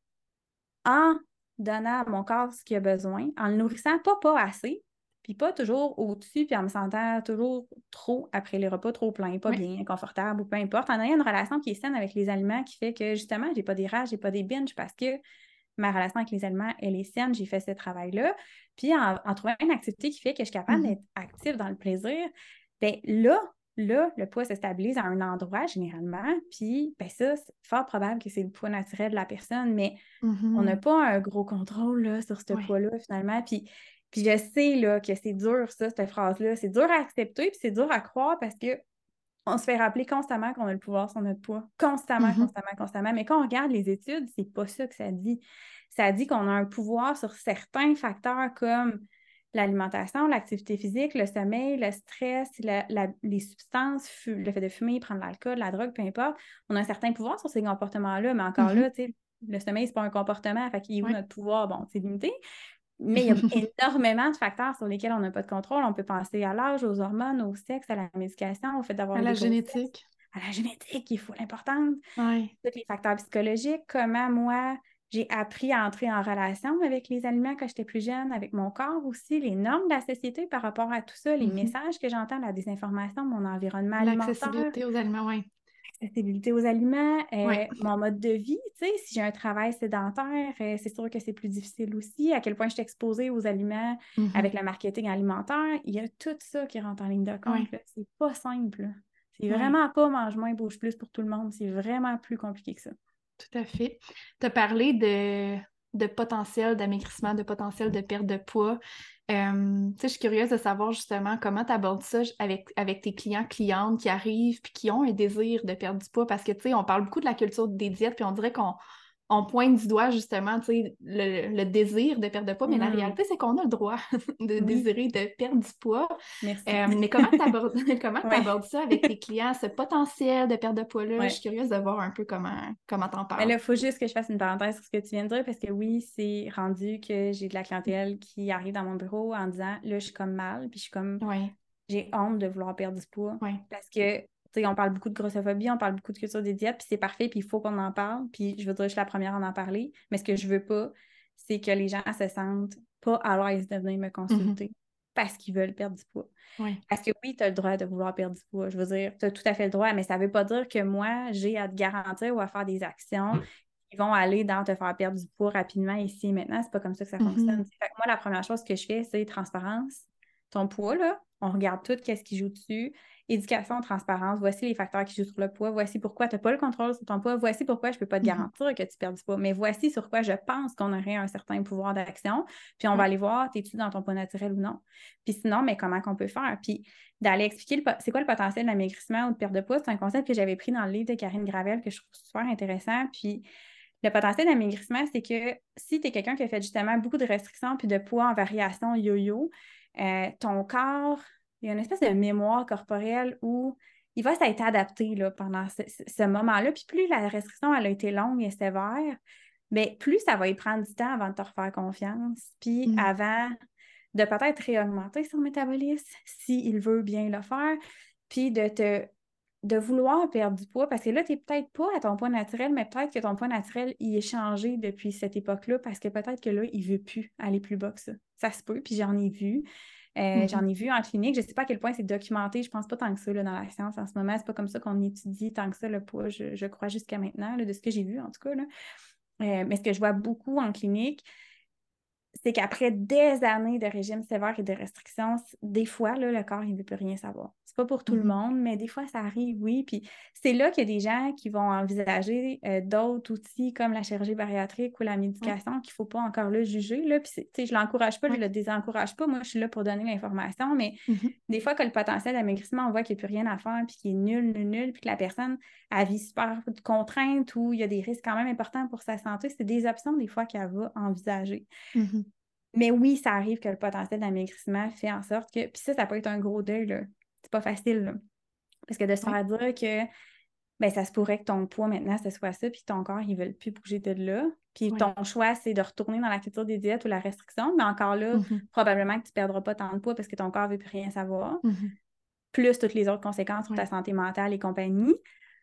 en donnant à mon corps ce qu'il a besoin, en le nourrissant pas assez, puis pas toujours au-dessus, puis en me sentant toujours trop après les repas, trop plein, pas Ouais. bien, inconfortable ou peu importe, en ayant une relation qui est saine avec les aliments qui fait que justement, j'ai pas des rages, j'ai pas des binges parce que ma relation avec les aliments, elle est saine, j'ai fait ce travail-là. Puis en trouvant une activité qui fait que je suis capable Mhm. d'être active dans le plaisir, bien là, le poids se stabilise à un endroit généralement, puis ben ça, c'est fort probable que c'est le poids naturel de la personne, mais on n'a Mhm. pas un gros contrôle là, sur ce Ouais. poids-là, finalement. Puis je sais là, que c'est dur, ça, cette phrase-là. C'est dur à accepter, puis c'est dur à croire parce que on se fait rappeler constamment qu'on a le pouvoir sur notre poids. Constamment, Mhm. constamment, constamment. Mais quand on regarde les études, c'est pas ça que ça dit. Ça dit qu'on a un pouvoir sur certains facteurs comme l'alimentation, l'activité physique, le sommeil, le stress, les substances, le fait de fumer, prendre de l'alcool, la drogue, peu importe. On a un certain pouvoir sur ces comportements-là, mais encore Mhm. là, tu sais, le sommeil, c'est pas un comportement, fait qu'il est où Ouais. notre pouvoir? Bon, c'est limité. Mais il y a énormément de facteurs sur lesquels on n'a pas de contrôle. On peut penser à l'âge, aux hormones, au sexe, à la médication, au fait d'avoir À eu la des grossesses, génétique. à la génétique, il faut l'importante. Ouais. Tous les facteurs psychologiques, comment moi, j'ai appris à entrer en relation avec les aliments quand j'étais plus jeune, avec mon corps aussi, les normes de la société par rapport à tout ça, les Mhm. messages que j'entends, la désinformation, mon environnement alimentaire, L'accessibilité aux aliments, ouais. accessibilité aux aliments, Ouais. mon mode de vie, tu sais, si j'ai un travail sédentaire, c'est sûr que c'est plus difficile aussi, à quel point je suis exposée aux aliments avec Mhm. le marketing alimentaire, il y a tout ça qui rentre en ligne de compte, Ouais. là. C'est pas simple, là. C'est Ouais. vraiment pas mange moins, bouge plus pour tout le monde, c'est vraiment plus compliqué que ça. Tout à fait. Tu as parlé de potentiel d'amaigrissement, de potentiel de perte de poids. Tu sais, je suis curieuse de savoir justement comment tu abordes ça avec tes clients, clientes qui arrivent puis qui ont un désir de perdre du poids parce que, tu sais, on parle beaucoup de la culture des diètes puis on dirait on pointe du doigt justement, tu sais, le désir de perdre de poids, mais la réalité, c'est qu'on a le droit de Oui, désirer de perdre du poids. merci. Mais comment t'abordes comment Ouais, t'abordes ça avec tes clients, ce potentiel de perte de poids-là? Je ouais. suis curieuse de voir un peu comment t'en Mais parles. là, il faut juste que je fasse une parenthèse sur ce que tu viens de dire parce que oui, c'est rendu que j'ai de la clientèle qui arrive dans mon bureau en disant là, je suis comme mal, puis je suis comme Oui, j'ai honte de vouloir perdre du poids oui. parce que, tu sais, on parle beaucoup de grossophobie, on parle beaucoup de culture des diètes, puis c'est parfait, puis il faut qu'on en parle, puis je veux dire, je suis la première à en parler, mais ce que je veux pas, c'est que les gens se sentent pas à l'aise de venir me Mhm. consulter parce qu'ils veulent perdre du poids. Oui. Parce que oui, tu as le droit de vouloir perdre du poids. Je veux dire, tu as tout à fait le droit, mais ça ne veut pas dire que moi, j'ai à te garantir ou à faire des actions qui vont aller dans te faire perdre du poids rapidement ici et maintenant. C'est pas comme ça que ça fonctionne. Mhm. Fait que moi, la première chose que je fais, c'est transparence. Ton poids, là, on regarde tout, qu'est-ce qui joue dessus. Éducation, transparence, voici les facteurs qui jouent sur le poids, voici pourquoi tu n'as pas le contrôle sur ton poids, voici pourquoi je ne peux pas te Mhm. garantir que tu perds du poids, mais voici sur quoi je pense qu'on aurait un certain pouvoir d'action. Puis on va Oui. aller voir, t'es-tu dans ton poids naturel ou non? Puis sinon, mais comment qu'on peut faire? Puis d'aller expliquer c'est quoi le potentiel d'amaigrissement ou de perte de poids, c'est un concept que j'avais pris dans le livre de Karine Gravel que je trouve super intéressant. Puis le potentiel d'amaigrissement, c'est que si tu es quelqu'un qui a fait justement beaucoup de restrictions puis de poids en variation yo-yo, ton corps, il y a une espèce de mémoire corporelle où il va s'être adapté là, pendant ce moment-là. Puis plus la restriction elle a été longue et sévère, bien, plus ça va y prendre du temps avant de te refaire confiance. Puis Mhm. avant de peut-être réaugmenter son métabolisme s'il veut bien le faire, puis de vouloir perdre du poids, parce que là, tu n'es peut-être pas à ton poids naturel, mais peut-être que ton poids naturel, il est changé depuis cette époque-là, parce que peut-être que là, il ne veut plus aller plus bas que ça. Ça se peut, puis j'en ai vu. Mhm. J'en ai vu en clinique. Je ne sais pas à quel point c'est documenté. Je ne pense pas tant que ça là, dans la science en ce moment. C'est pas comme ça qu'on étudie tant que ça le poids, je crois, jusqu'à maintenant, là, de ce que j'ai vu, en tout cas. Là. Mais ce que je vois beaucoup en clinique, c'est qu'après des années de régime sévère et de restrictions, des fois, là, le corps, il ne veut plus rien savoir. C'est pas pour tout le Mhm. monde, mais des fois, ça arrive, oui. Puis c'est là qu'il y a des gens qui vont envisager d'autres outils comme la chirurgie bariatrique ou la Oui. médication qu'il ne faut pas encore le juger. Là. Puis, je ne l'encourage pas, je Oui. ne le désencourage pas. Moi, je suis là pour donner l'information, mais Mhm. des fois, que le potentiel d'amaigrissement, on voit qu'il n'y a plus rien à faire, puis qu'il est nul, nul, nul, puis que la personne a vit super de contraintes ou il y a des risques quand même importants pour sa santé, c'est des options des fois qu'elle va envisager. Mhm. Mais oui, ça arrive que le potentiel d'amaigrissement fait en sorte que. Puis ça peut être un gros deuil, là. C'est pas facile, là. Parce que de se Oui. faire dire que ben, ça se pourrait que ton poids maintenant, ce soit ça, puis ton corps, il ne veut plus bouger de là. Puis Oui. ton choix, c'est de retourner dans la culture des diètes ou la restriction, mais encore là, Mhm. probablement que tu ne perdras pas tant de poids parce que ton corps ne veut plus rien savoir, Mhm. plus toutes les autres conséquences sur ta Oui. santé mentale et compagnie.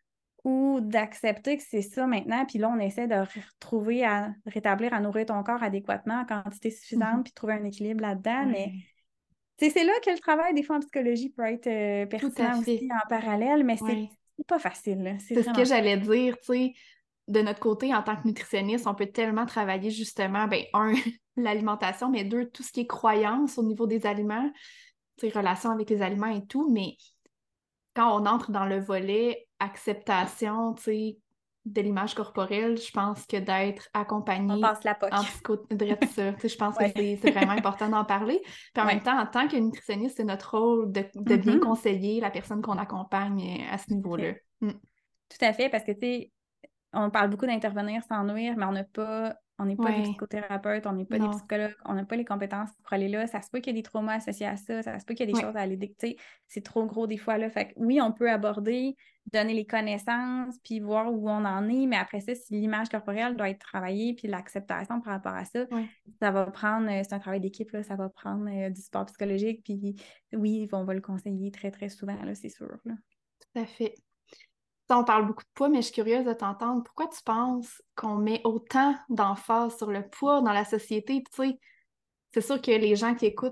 Ou d'accepter que c'est ça maintenant, puis là, on essaie de retrouver à rétablir, à nourrir ton corps adéquatement en quantité Mhm. suffisante, puis trouver un équilibre là-dedans, mais Oui. c'est là que le travail, des fois, en psychologie peut être Tout à pertinent aussi fait. en parallèle, mais Oui. c'est pas facile, là. C'est C'est ce que vraiment pas j'allais dire, tu sais, de notre côté, en tant que nutritionniste, on peut tellement travailler justement, ben, un, l'alimentation, mais deux, tout ce qui est croyance au niveau des aliments, tu sais, relation avec les aliments et tout, mais quand on entre dans le volet acceptation, tu sais, de l'image corporelle, je pense que d'être on accompagné passe la en POC. psychodrate, ça, tu sais, je pense que Ouais. c'est vraiment important d'en parler. Puis en même Ouais. temps, en tant que nutritionniste, c'est notre rôle de bien Mhm. conseiller la personne qu'on accompagne à ce niveau-là. Fait. Mm. Tout à fait, parce que, tu sais, on parle beaucoup d'intervenir sans nuire, mais on n'est pas des Ouais, psychothérapeutes, on n'est pas des non, psychologues, on n'a pas les compétences pour aller là. Ça se peut qu'il y ait des traumas associés à ça se peut qu'il y ait des ouais. choses à aller dicter. C'est trop gros des fois là. Fait que oui, on peut aborder, donner les connaissances, puis voir où on en est, mais après ça, si l'image corporelle doit être travaillée, puis l'acceptation par rapport à ça, Ouais, ça va prendre, c'est un travail d'équipe, là, ça va prendre du support psychologique, puis oui, on va le conseiller très, très souvent, là, c'est sûr. Là. tout à fait. Ça, on parle beaucoup de poids, mais je suis curieuse de t'entendre. Pourquoi tu penses qu'on met autant d'emphase sur le poids dans la société? Puis, tu sais, c'est sûr que les gens qui écoutent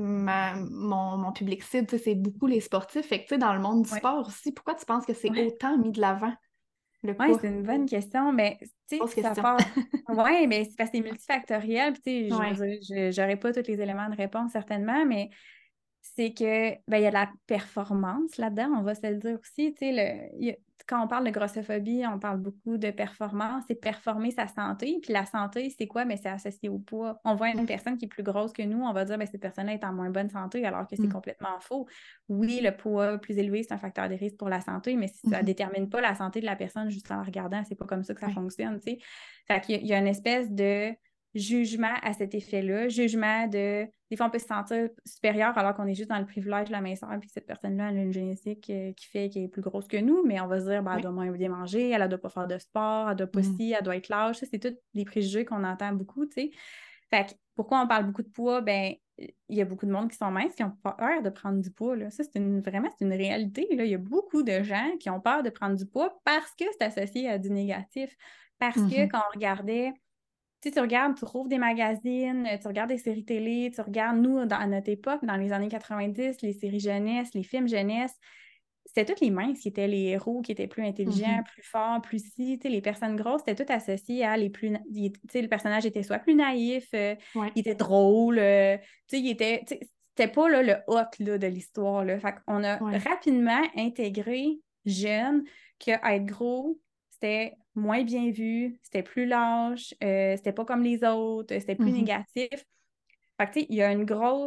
mon public cible, tu sais, c'est beaucoup les sportifs. Fait que, tu sais, dans le monde du Oui, sport aussi, pourquoi tu penses que c'est ouais. autant mis de l'avant, le Ouais, poids? c'est une bonne question, mais tu sais, Grosse ça question. part. Oui, mais c'est parce que c'est multifactoriel, puis tu sais, je veux Ouais. dire, j'aurais pas tous les éléments de réponse certainement, mais c'est que ben, il y a de la performance là-dedans, on va se le dire aussi. Tu sais, quand on parle de grossophobie, on parle beaucoup de performance, c'est performer sa santé. Puis la santé, c'est quoi? Ben, c'est associé au poids. On voit une personne qui est plus grosse que nous, on va dire ben, cette personne-là est en moins bonne santé, alors que c'est complètement faux. Oui, le poids plus élevé, c'est un facteur de risque pour la santé, mais ça ne détermine pas la santé de la personne juste en la regardant. C'est pas comme ça que ça fonctionne. Tu sais. Fait qu'il y a une espèce de jugement à cet effet-là, jugement de... Des fois, on peut se sentir supérieur alors qu'on est juste dans le privilège de la minceur, puis que cette personne-là, elle a une génétique qui fait qu'elle est plus grosse que nous, mais on va se dire, ben, elle doit moins bien manger, elle ne doit pas faire de sport, elle doit pas ci, elle doit être lâche. Ça, c'est tous des préjugés qu'on entend beaucoup, tu sais. Fait que, pourquoi on parle beaucoup de poids? Ben, il y a beaucoup de monde qui sont minces, qui ont peur de prendre du poids, là. Ça, vraiment, c'est une réalité, là. Il y a beaucoup de gens qui ont peur de prendre du poids parce que c'est associé à du négatif. Parce que quand on regardait tu sais, tu regardes, tu trouves des magazines, tu regardes des séries télé, tu regardes, nous, à notre époque, dans les années 90, les séries jeunesse, les films jeunesse, c'était tous les minces qui étaient les héros, qui étaient plus intelligents, plus forts, plus si. Tu sais, les personnes grosses, c'était tout associé à les plus... Tu sais, le personnage était soit plus naïf, il était drôle, tu sais, c'était pas là, le hot là, de l'histoire. Là. Fait qu'on a rapidement intégré, jeune, que être gros, c'était moins bien vu, c'était plus lâche, c'était pas comme les autres, c'était plus négatif. Fait que, tu sais, il y a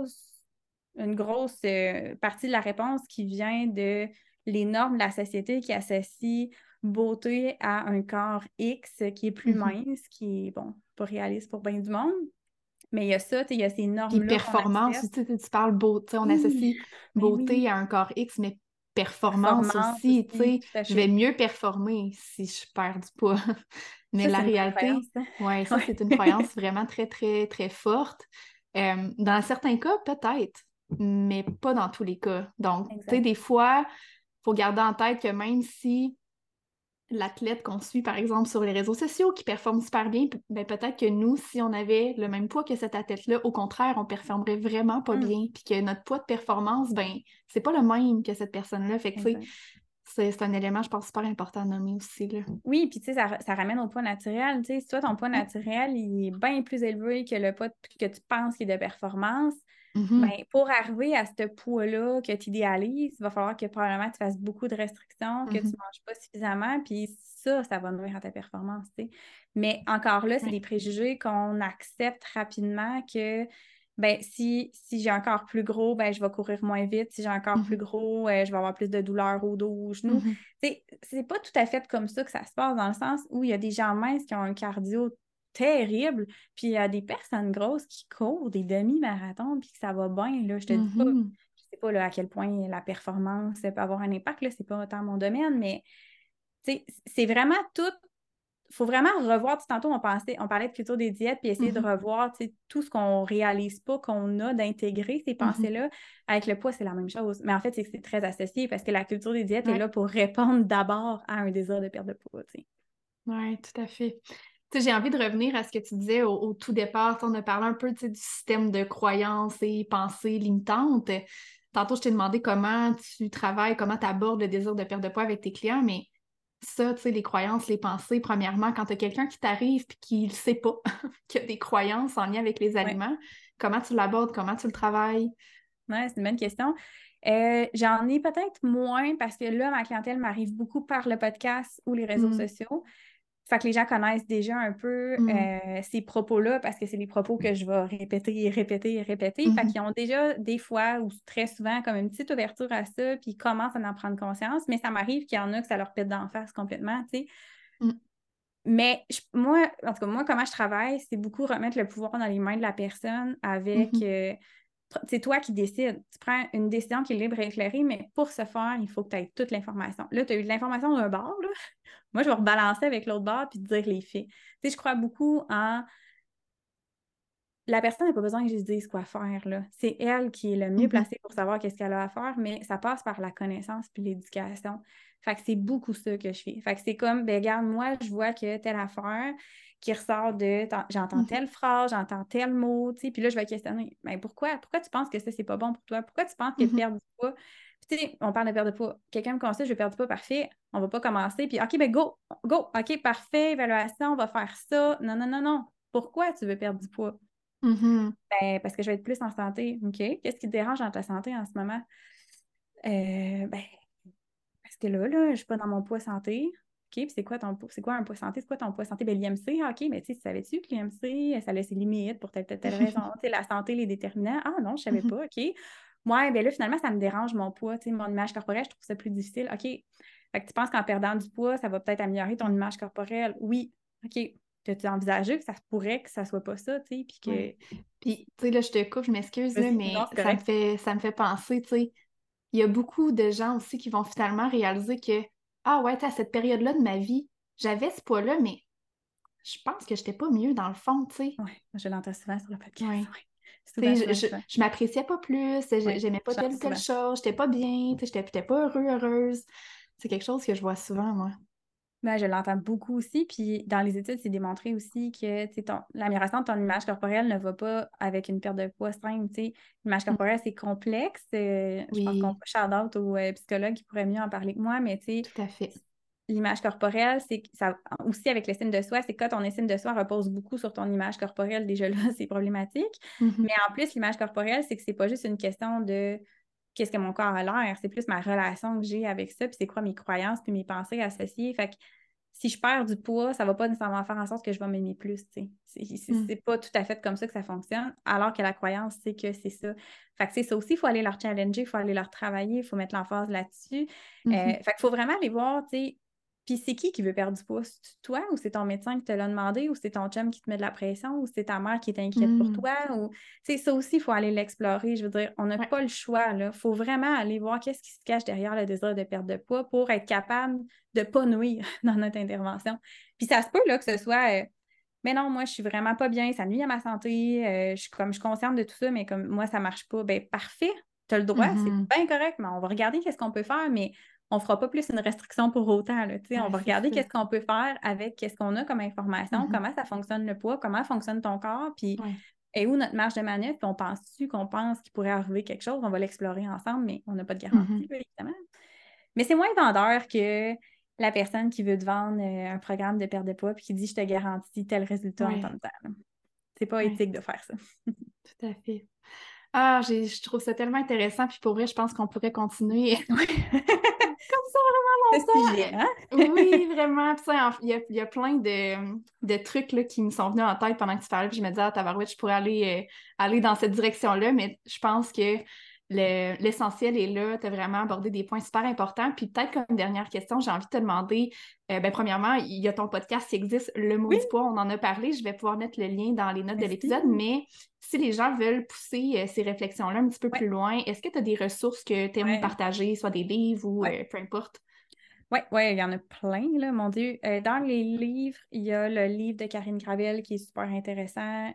une grosse partie de la réponse qui vient de les normes de la société qui associent beauté à un corps X qui est plus mince, qui est, bon, pas réaliste pour bien du monde. Mais il y a ça, tu sais, il y a ces Puis normes-là qu'on performance, accepte. tu parles beauté, on Oui, associe ben beauté oui. à un corps X, mais performance Performance aussi, tu aussi, sais, tout à je vais fait. mieux performer si je perds du poids. Mais Ça, la c'est une vraie croyance, réalité, hein? ouais, ça, c'est une Ouais. croyance vraiment très, très, très forte. Dans certains cas, peut-être, mais pas dans tous les cas. Donc, tu sais, Exact. des fois, il faut garder en tête que même si l'athlète qu'on suit, par exemple, sur les réseaux sociaux, qui performe super bien, ben peut-être que nous, si on avait le même poids que cet athlète-là, au contraire, on performerait vraiment pas Mm, bien, puis que notre poids de performance, ben, c'est pas le même que cette personne-là. Fait que, tu sais, exact. c'est un élément, je pense, super important à nommer aussi, là. Oui, puis tu sais, ça ramène au poids naturel. Tu sais, si toi, ton poids Ouais. naturel, il est bien plus élevé que le poids que tu penses qu'il est de performance, ben, Mhm. pour arriver à ce poids-là que tu idéalises, il va falloir que probablement tu fasses beaucoup de restrictions, que tu Mhm. ne manges pas suffisamment, puis ça va nuire à ta performance, tu sais. Mais encore là, c'est Ouais. des préjugés qu'on accepte rapidement que ben, si j'ai un corps plus gros, ben, je vais courir moins vite. Si j'ai un corps plus Mhm. gros, je vais avoir plus de douleurs au dos, aux genoux. Mhm. C'est pas tout à fait comme ça que ça se passe, dans le sens où il y a des gens minces qui ont un cardio terrible, puis il y a des personnes grosses qui courent des demi-marathons, puis que ça va bien, là. Je te dis pas, Mhm. je sais pas là, à quel point la performance peut avoir un impact, là, c'est pas autant mon domaine, mais tu sais, c'est vraiment tout. Il faut vraiment revoir, tu sais, tantôt on parlait de culture des diètes, puis essayer de Mhm. revoir tu sais, tout ce qu'on réalise pas, qu'on a, d'intégrer ces Mhm. pensées-là. Avec le poids, c'est la même chose. Mais en fait, c'est que c'est très associé parce que la culture des diètes est Ouais. là pour répondre d'abord à un désir de perte de poids. Tu sais. Ouais, tout à fait. Tu sais, j'ai envie de revenir à ce que tu disais au tout départ. Tu sais, on a parlé un peu, tu sais, du système de croyances et pensées limitantes. Tantôt, je t'ai demandé comment tu travailles, comment tu abordes le désir de perte de poids avec tes clients, mais ça, tu sais, les croyances, les pensées, premièrement, quand tu as quelqu'un qui t'arrive et qui ne sait pas qu'il y a des croyances en lien avec les Ouais. aliments, comment tu l'abordes, comment tu le travailles? Ouais, c'est une bonne question. J'en ai peut-être moins parce que là, ma clientèle m'arrive beaucoup par le podcast ou les réseaux Hmm. sociaux. Fait que les gens connaissent déjà un peu Hmm. ces propos-là parce que c'est des propos que je vais répéter et répéter et répéter. Fait Mhm. qu'ils ont déjà des fois ou très souvent comme une petite ouverture à ça, puis ils commencent à en prendre conscience, mais ça m'arrive qu'il y en a que ça leur pète d'en face complètement, tu sais. Hmm. Mais moi, en tout cas, moi, comment je travaille, c'est beaucoup remettre le pouvoir dans les mains de la personne avec Mhm. c'est toi qui décides. Tu prends une décision qui est libre et éclairée, mais pour ce faire, il faut que tu aies toute l'information. Là, tu as eu de l'information d'un bord, là. Moi, je vais rebalancer avec l'autre bord puis te dire les faits. Tu sais, je crois beaucoup en la personne n'a pas besoin que je lui dise quoi faire, là. C'est elle qui est le mieux Mhm. placée pour savoir qu'est-ce qu'elle a à faire, mais ça passe par la connaissance puis l'éducation. Fait que c'est beaucoup ça que je fais. Fait que c'est comme, ben regarde, moi, je vois que telle affaire qui ressort de, j'entends Mhm. telle phrase, j'entends tel mot, tu sais, puis là, je vais questionner, mais pourquoi tu penses que ça, c'est pas bon pour toi? Pourquoi tu penses que Mhm. perdre du poids? Puis, tu sais, on parle de perdre de poids. Quelqu'un me conseille, je vais perdre du poids, parfait. On va pas commencer, puis OK, ben go, go, OK, parfait, évaluation, on va faire ça. Non, non, non, non. Pourquoi tu veux perdre du poids? Mhm. Ben, parce que je vais être plus en santé. OK. Qu'est-ce qui te dérange dans ta santé en ce moment? Ben, parce que là, je suis pas dans mon poids santé. OK, puis c'est quoi un poids santé? C'est quoi ton poids santé? Ben, l'IMC, ah, OK, mais tu sais, savais-tu que l'IMC, ça laisse ses limites pour telle raison? Tu sais, la santé, les déterminants. Ah non, je savais Mhm. pas, OK. Ouais, ben là, finalement, ça me dérange mon poids, tu sais, mon image corporelle, je trouve ça plus difficile. OK. Fait que tu penses qu'en perdant du poids, ça va peut-être améliorer ton image corporelle? Oui. OK. T'as-tu envisagé que ça se pourrait que ça soit pas ça, tu sais, puis Ouais. que... Puis, tu sais, là, je te coupe, je m'excuse, là, Vas-y, non, mais c'est correct. ça me fait penser, tu sais, il y a beaucoup de gens aussi qui vont finalement réaliser que, ah ouais, tu sais, à cette période-là de ma vie, j'avais ce poids-là, mais je pense que j'étais pas mieux dans le fond, tu sais. Oui, je l'entends souvent sur le podcast. Ouais. Oui. Tu Souvent, sais, souvent, souvent. je m'appréciais pas plus, Oui, j'aimais pas telle j'entends ou telle souvent. chose, j'étais pas bien, tu sais, j'étais pas heureuse. C'est quelque chose que je vois souvent, moi. Ben, je l'entends beaucoup aussi. Puis dans les études, c'est démontré aussi que tu sais, l'amélioration de ton image corporelle ne va pas avec une perte de poids simple. Tu sais. L'image Mm. corporelle, c'est complexe. Je pense qu'on Oui, peut shout-out aux psychologues qui pourraient mieux en parler que moi, mais tu sais, tout à fait. l'image corporelle, c'est que ça aussi avec l'estime de soi, c'est que quand ton estime de soi repose beaucoup sur ton image corporelle, déjà là, c'est problématique. Mhm. Mais en plus, l'image corporelle, c'est que c'est pas juste une question de qu'est-ce que mon corps a l'air, c'est plus ma relation que j'ai avec ça, puis c'est quoi mes croyances, puis mes pensées associées. Fait que si je perds du poids, ça va pas nécessairement faire en sorte que je vais m'aimer plus, tu sais. Mm. C'est pas tout à fait comme ça que ça fonctionne, alors que la croyance, c'est que c'est ça. Fait que c'est ça aussi, il faut aller leur challenger, il faut aller leur travailler, il faut mettre l'emphase là-dessus. Mhm. Fait qu'il faut vraiment aller voir, tu sais, puis c'est qui veut perdre du poids? C'est toi ou c'est ton médecin qui te l'a demandé ou c'est ton chum qui te met de la pression ou c'est ta mère qui est inquiète pour Mm. toi ou tu sais ça aussi il faut aller l'explorer. Je veux dire, on n'a Ouais. pas le choix là, faut vraiment aller voir qu'est-ce qui se cache derrière le désir de perte de poids pour être capable de pas nuire dans notre intervention. Puis ça se peut là que ce soit mais non, moi je suis vraiment pas bien, ça nuit à ma santé, je suis consciente de tout ça mais comme moi ça marche pas, ben parfait. Tu as le droit, c'est Mhm. bien correct, mais on va regarder qu'est-ce qu'on peut faire, mais on ne fera pas plus une restriction pour autant. Là, on Ouais, va c'est regarder ça. qu'est-ce qu'on peut faire avec qu'est-ce qu'on a comme information, Mhm. comment ça fonctionne le poids, comment fonctionne ton corps, puis Ouais. et où notre marge de manœuvre, puis on pense-tu qu'on pense qu'il pourrait arriver quelque chose, on va l'explorer ensemble, mais on n'a pas de garantie, Mhm. là, évidemment. Mais c'est moins vendeur que la personne qui veut te vendre un programme de perte de poids puis qui dit je te garantis tel résultat en temps Ouais. de temps. Là. C'est pas Ouais. éthique de faire ça. Tout à fait. Ah, je trouve ça tellement intéressant, puis pour vrai, je pense qu'on pourrait continuer Oui. comme ça Ce vraiment sujet, hein? longtemps. Oui, vraiment. Puis ça, il y a plein de trucs là, qui me sont venus en tête pendant que tu parlais, puis je me disais, ah, tabarouette, je pourrais aller dans cette direction-là, mais je pense que l'essentiel est là. Tu as vraiment abordé des points super importants. Puis peut-être comme dernière question, j'ai envie de te demander, ben, premièrement, il y a ton podcast qui existe, Le Oui, Maudit Poids, on en a parlé. Je vais pouvoir mettre le lien dans les notes de merci. l'épisode, mais si les gens veulent pousser ces réflexions-là un petit peu Ouais, plus loin, est-ce que tu as des ressources que tu aimes ouais, partager, soit des livres ou ouais. peu importe? Oui, ouais, il y en a plein, là, mon Dieu. Dans les livres, il y a le livre de Karine Gravel qui est super intéressant,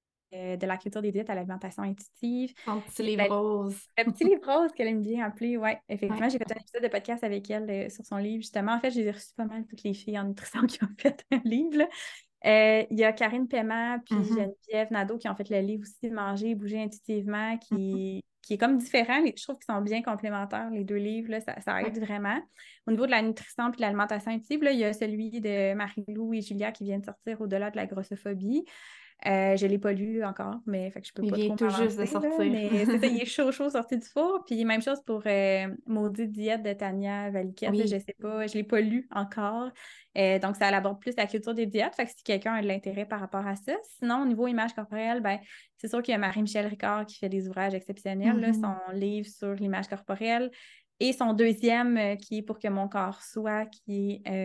de la culture des diètes à l'alimentation intuitive. Ton petit Il y livre a rose. le petit livre rose qu'elle aime bien appeler, oui. Ouais. Effectivement, j'ai fait un épisode de podcast avec elle sur son livre, justement. En fait, j'ai reçu pas mal toutes les filles en nutrition qui ont fait un livre, là. Il y a Karine Paiement puis Mhm. Geneviève Nadeau qui ont fait le livre aussi Manger et bouger intuitivement, qui est comme différent. Je trouve qu'ils sont bien complémentaires, les deux livres, là, ça Ouais. aide vraiment. Au niveau de la nutrition puis de l'alimentation intuitive, là, il y a celui de Marie-Lou et Julia qui viennent de sortir Au-delà de la grossophobie. Je ne l'ai pas lu encore, mais fait que je peux Il pas vient trop tout juste de m'avancer, là, sortir. mais c'est ça, il est chaud, chaud sorti du four. Puis même chose pour Maudite diète de Tania Valiquette, là, je Oui. sais pas, je l'ai pas lu encore. Donc ça aborde plus la culture des diètes, fait que si quelqu'un a de l'intérêt par rapport à ça. Sinon, au niveau image corporelle, ben, c'est sûr qu'il y a Marie-Michel Ricard qui fait des ouvrages exceptionnels, là, Mhm. son livre sur l'image corporelle. Et son deuxième, qui est Pour que mon corps soit, qui est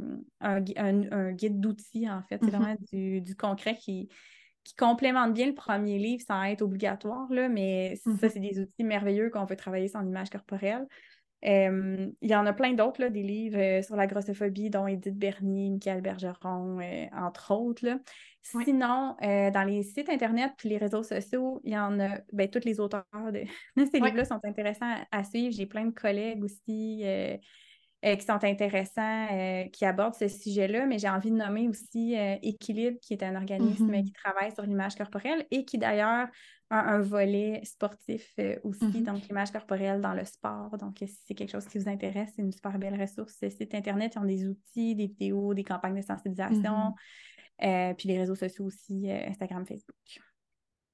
un guide d'outils, en fait. C'est Mhm. vraiment du concret qui complémente bien le premier livre sans être obligatoire, là, mais ça, Mhm. c'est des outils merveilleux qu'on peut travailler son image corporelle. Il y en a plein d'autres, là, des livres sur la grossophobie, dont Édith Bernier, Michael Bergeron, entre autres. Là. Ouais. Sinon, dans les sites Internet puis les réseaux sociaux, il y en a, ben, tous les auteurs de ces Ouais. livres-là sont intéressants à suivre. J'ai plein de collègues aussi qui sont intéressants, qui abordent ce sujet-là, mais j'ai envie de nommer aussi Équilibre, qui est un organisme qui Mhm. travaille sur l'image corporelle et qui d'ailleurs a un volet sportif aussi, Mhm. donc l'image corporelle dans le sport. Donc, si c'est quelque chose qui vous intéresse, c'est une super belle ressource. Ce site Internet, ils ont des outils, des vidéos, des campagnes de sensibilisation, Mhm. puis les réseaux sociaux aussi, Instagram, Facebook.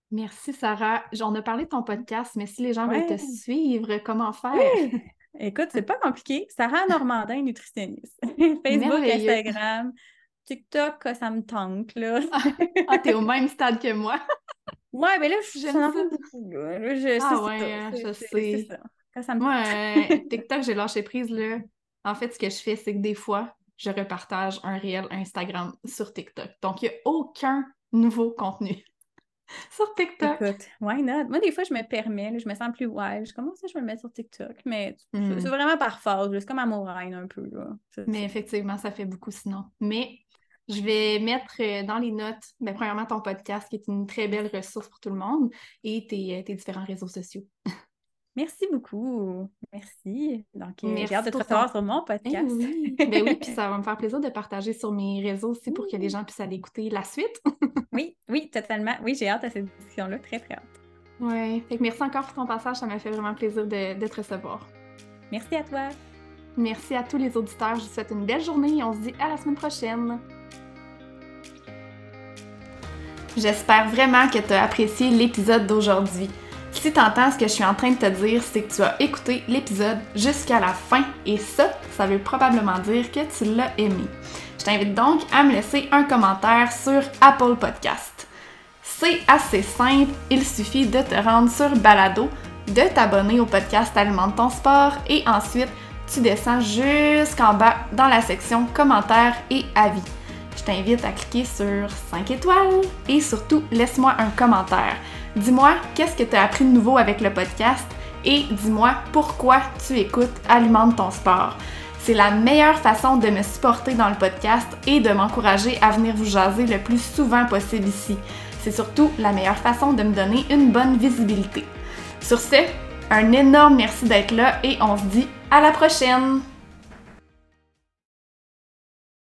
Merci, Sarah. On a parlé de ton podcast, mais si les gens veulent te Ouais. suivre, comment faire? Oui. Écoute, c'est pas compliqué. Sarah Normandin, nutritionniste. Facebook, Merveilleux. Instagram, TikTok, ça me tente, là. Ah, t'es au même stade que moi. Ouais, mais là, J'aime ça en ça. fait beaucoup, là. C'est Ah ça. ouais, je C'est sais. ça. Quand ça me Moi, tente. TikTok, j'ai lâché prise, là. En fait, ce que je fais, c'est que des fois, je repartage un réel Instagram sur TikTok. Donc, il n'y a aucun nouveau contenu sur TikTok. Écoute, why not? Moi, des fois, je me permets, là, je me sens plus wild. Je commence à je me le mettre sur TikTok, mais c'est Hmm. vraiment par phase, là. C'est comme Amouraine un peu, là. C'est Mais ça. effectivement, ça fait beaucoup sinon. Mais je vais mettre dans les notes, premièrement, ton podcast, qui est une très belle ressource pour tout le monde, et tes différents réseaux sociaux. Merci beaucoup. Merci. Donc, j'ai hâte Merci de te pour ton... recevoir sur mon Eh podcast. oui! Ben oui, puis ça va me faire plaisir de partager sur mes réseaux aussi pour que les gens puissent aller écouter la suite. Oui, oui, totalement. Oui, j'ai hâte à cette discussion-là. Très, très hâte. Ouais. Fait que merci encore pour ton passage, ça m'a fait vraiment plaisir de te recevoir. Merci à toi. Merci à tous les auditeurs, je vous souhaite une belle journée et on se dit à la semaine prochaine. J'espère vraiment que tu as apprécié l'épisode d'aujourd'hui. Si tu entends ce que je suis en train de te dire, c'est que tu as écouté l'épisode jusqu'à la fin et ça veut probablement dire que tu l'as aimé. Je t'invite donc à me laisser un commentaire sur Apple Podcast. C'est assez simple, il suffit de te rendre sur Balado, de t'abonner au podcast Alimente ton sport et ensuite tu descends jusqu'en bas dans la section commentaires et avis. Je t'invite à cliquer sur 5 étoiles et surtout laisse-moi un commentaire. Dis-moi qu'est-ce que tu as appris de nouveau avec le podcast et dis-moi pourquoi tu écoutes Alimente ton sport. C'est la meilleure façon de me supporter dans le podcast et de m'encourager à venir vous jaser le plus souvent possible ici. C'est surtout la meilleure façon de me donner une bonne visibilité. Sur ce, un énorme merci d'être là et on se dit à la prochaine!